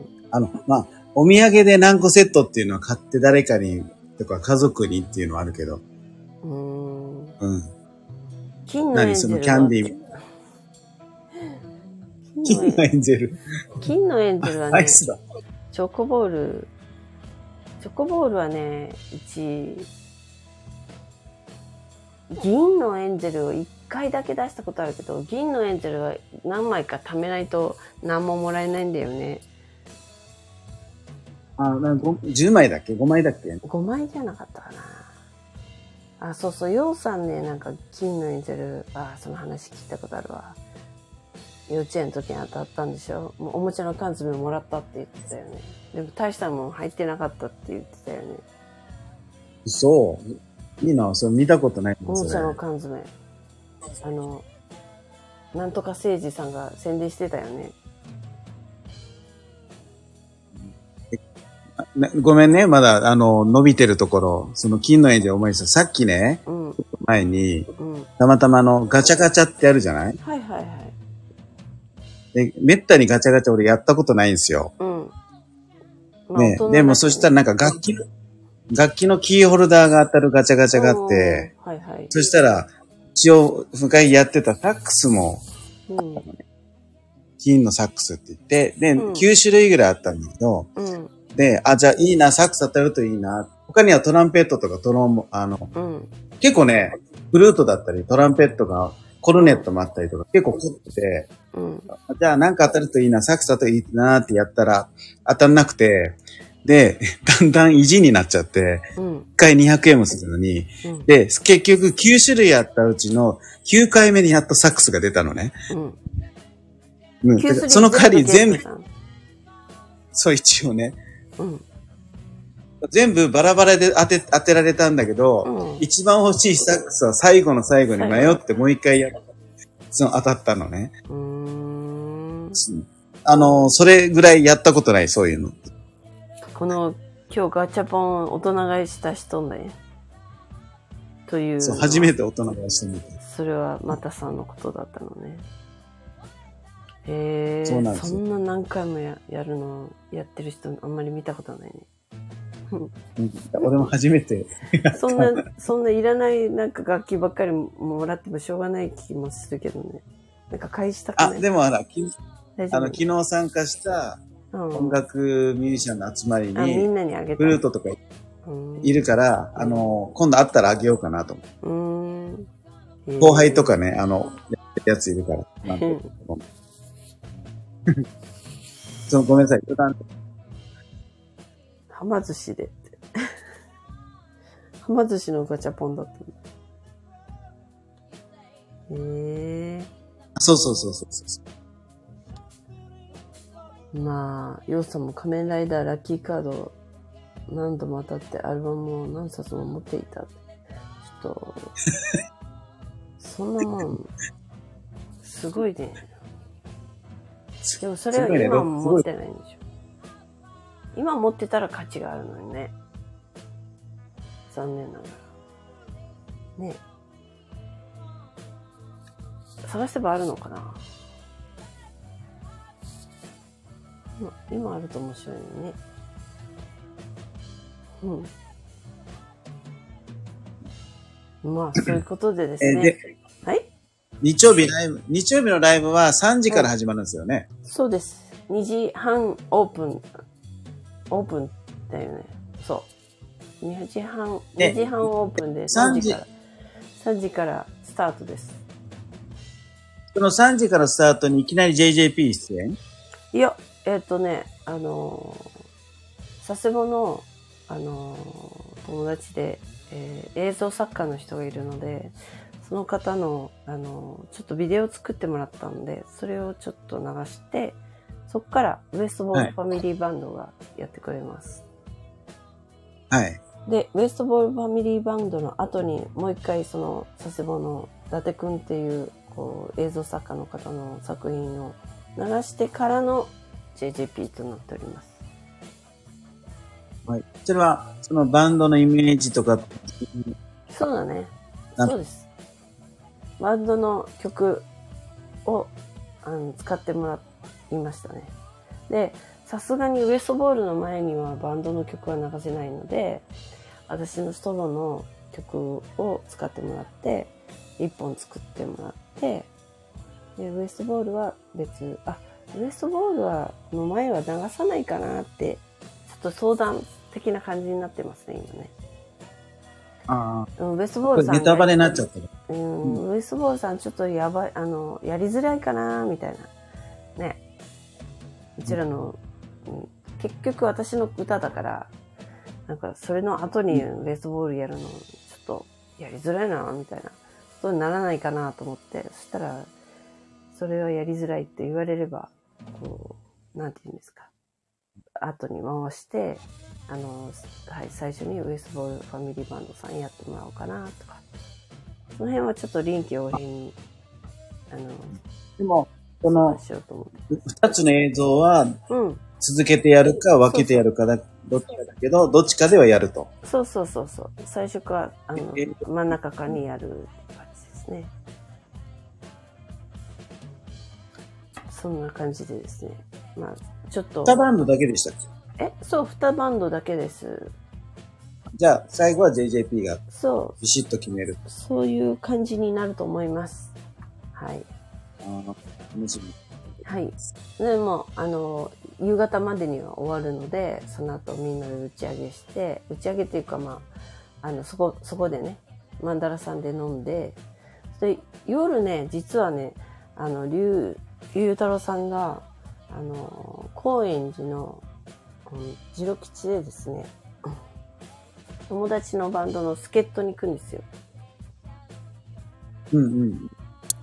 あの、まあ、お土産で何個セットっていうのは買って誰かに、とか家族にっていうのはあるけど。 うん。 うん。 金のエンジェル。 何そのキャンディー。金のエンジェル。 金のエンジェルはね、 アイスだ。 チョコボール。チョコボールはね、いち、銀のエンジェルをいっかいだけ出したことあるけど、銀のエンジェルは何枚か貯めないと何ももらえないんだよね。 あ、なんかじゅうまいだっけ ?ご 枚だっけ ?ご 枚じゃなかったかな。あ、そうそう、ようさんね、なんか金のエンジェル、あ、その話聞いたことあるわ。幼稚園の時に当たったんでしょ？もうおもちゃの缶詰もらったって言ってたよね。でも大したもん入ってなかったって言ってたよね。 そう。いいな、それ見たことない。 おもちゃの缶詰。あの、なんとか誠治さんが宣伝してたよね。 ごめんね、まだ、あの、伸びてるところ、その金のエンジェル思い出した。さっきね、うん、前に、うん、たまたまあの、ガチャガチャってあるじゃない？ はいはいはい。 で、めったにガチャガチャ俺やったことないんですよ。うん。まあ、ね、でもそしたらなんか楽器、楽器のキーホルダーが当たるガチャガチャがあって、はいはい、そしたら、一応、昔やってたサックスも、うん、金のサックスって言って、で、うん、きゅうしゅるいぐらいあったんだけど、うん、で、あ、じゃあいいな、サックス当たるといいな。他にはトランペットとかトロンボ、あの、うん、結構ね、フルートだったり、トランペットが、コルネットもあったりとか、結構凝ってて、うん、じゃあなんか当たるといいな、サックス当たるといいなってやったら、当たんなくて、で、だんだん意地になっちゃって、うん、いっかいにひゃくえんもするのに、うん、で、結局きゅうしゅるいあったうちのきゅうかいめにやっとサックスが出たのね。うんうん、その代わり全部、そう一応ね、うん、全部バラバラで当て、当てられたんだけど、うん、一番欲しいサックスは最後の最後に迷ってもう一回やっその当たったのね。うーん、あの、それぐらいやったことない、そういうの。 この、今日ガチャポン大人買いした人ね。という。 そう、初めて大人買いしたみたい。 それはまたさんのことだったのね。へえ、そうなんですよ。そんな何回も や, やるの、やってる人あんまり見たことないね。 俺も初めて。 そんな、そんないらないなんか楽器ばっかりもらってもしょうがない気もするけどね。なんか返したくない。 あ、でもあら、きあの、昨日参加した音楽ミュージシャンの集まりに、あ、みんなにあげた。フルートとかいるから、あの、今度会ったらあげようかなと思う。うん。後輩とかね、あの、やってるやついるから。そのごめんなさい。 はま寿司でって。はま寿司のガチャポンだった。 へえ。 そうそうそうそうそう。 まあ、ヨウさんも仮面ライダーラッキーカード何度も当たってアルバムを何冊も持っていた。ちょっと、そんなもん、すごいね。でもそれは今も持ってないんでしょ。今持ってたら価値があるのにね。残念ながら。ね。探せばあるのかな。今、今あると面白いのね。うん。まあ、そういうことでですね。はい。 日曜日ライブ、日曜日のライブはさんじから始まるんですよね。 そうです。にじはんオープン。オープンだよね。そう。にじはん、にじはんオープンでさんじから、さんじからスタートです。 そのさんじからスタートにいきなり ジェイジェーピー 出演？ いや、えっとね、あのー、佐世保の、あのー、友達で、えー、映像作家の人がいるので、その方の、あのー、ちょっとビデオ作ってもらったんで、それをちょっと流して、そこからウエストボールファミリーバンドがやってくれます。 はい。 で、ウエストボールファミリーバンドの後に、もう一回その佐世保の伊達くんっていう、こう映像作家の方の作品を流してからの ジェイジェーピー となっております。 はい。それは、そのバンドのイメージとか。 そうだね。そうです。バンドの曲をあの使ってもらいましたね。で、さすがにウエストボールの前にはバンドの曲は流せないので、私のソロの曲を使ってもらって、一本作ってもらって、で、ウエストボールは別、あ、ウエストボールは、の前は流さないかなって、ちょっと相談的な感じになってますね、今ね。 ああ。 ウエストボールさん。 ネタバレになっちゃってる。 うん、ウエストボールさんちょっとやばい、あの、やりづらいかな、みたいな。ね。うちらの、うん、結局私の歌だから、なんかそれの後にウエストボールやるの、ちょっとやりづらいな、みたいな。そうにならないかなと思って、そしたら、それはやりづらいって言われれば、こう、なんて言うんですか。後に回して、あの、はい、最初にウエストボールファミリーバンドさんやってもらおうかな、とか。その辺はちょっと臨機応変に、あの、 でも、この、二つの映像は、 うん。 続けてやるか分けてやるかだ、どっちかだけど、どっちかではやると。 そうそうそうそう。最初か、あの、真ん中かにやる感じですね。そんな感じでですね。まあ、ちょっと。 二バンドだけでしたっけ？え、そう、二バンドだけです。 じゃあ、最後は ジェイジェーピー が、 そう。 ビシッと決める。 そういう感じになると思います。はい。 ああ、楽しみ。 はい。でも、あの、夕方までには終わるので、その後みんなで打ち上げして、打ち上げっていうかまあ、あの、そこ、そこでね、マンダラさんで飲んで、で、夜ね、実はね、あの、竜、竜太郎さんが、あの、高円寺の、うん、ジロ吉でですね、友達のバンドの助っ人に行くんですよ。 うんうん。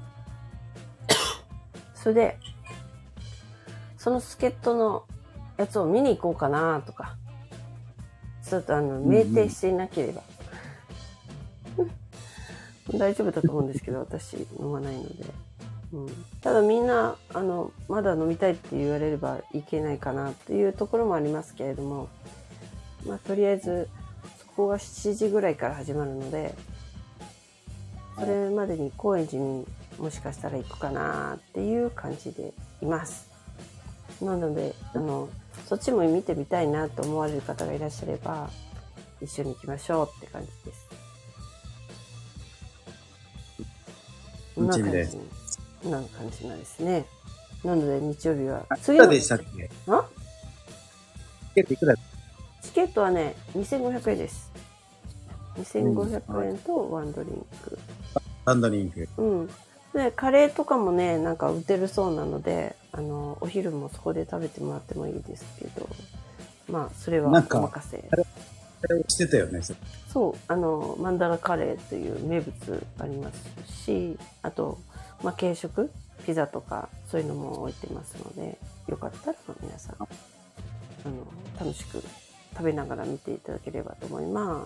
それで、その助っ人のやつを見に行こうかなとか、ちょっとあの、酩酊していなければ。うんうん、大丈夫だと思うんですけど、私飲まないので。うん、ただみんな、あの、まだ飲みたいって言われればいけないかなっていうところもありますけれども、まあ、とりあえず、そこがしちじぐらいから始まるので、それまでに高円寺にもしかしたら行くかなっていう感じでいます。なので、あの、そっちも見てみたいなと思われる方がいらっしゃれば、一緒に行きましょうって感じです。こんな感じ。こんな感じなんですね。なので、日曜日は。 次の。いくらでしたっけ？ あ？ チケットいくら？ チケットはね、にせんごひゃくえんです。にせんごひゃくえんとワンドリンク。 ワンドリンク。 うん。で、カレーとかもね、なんか売ってるそうなので、あの、お昼もそこで食べてもらってもいいですけど、まあ、それはお任せ。 してたよね。 そう、あの、マンダラカレーという名物ありますし、あと、まあ、軽食、ピザとか、そういうのも置いてますので、よかったら皆さん、あの、楽しく食べながら見ていただければと思います。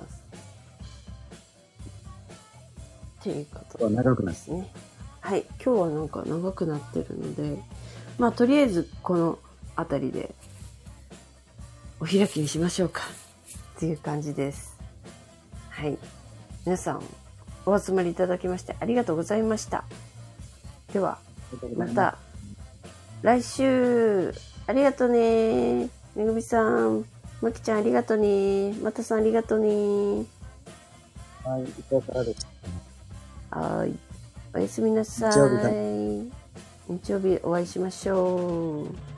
っていうことですね。はい、今日はなんか長くなってるので、まあ、とりあえずこのあたりでお開きにしましょうか。っていう感じです。はい。皆さん、お集まりいただきましてありがとうございました。では、また、来週、ありがとね。めぐみさん、まきちゃんありがとね。またさんありがとね。 はい、いかがでした？ はい。おやすみなさい。日曜日お会いしましょう。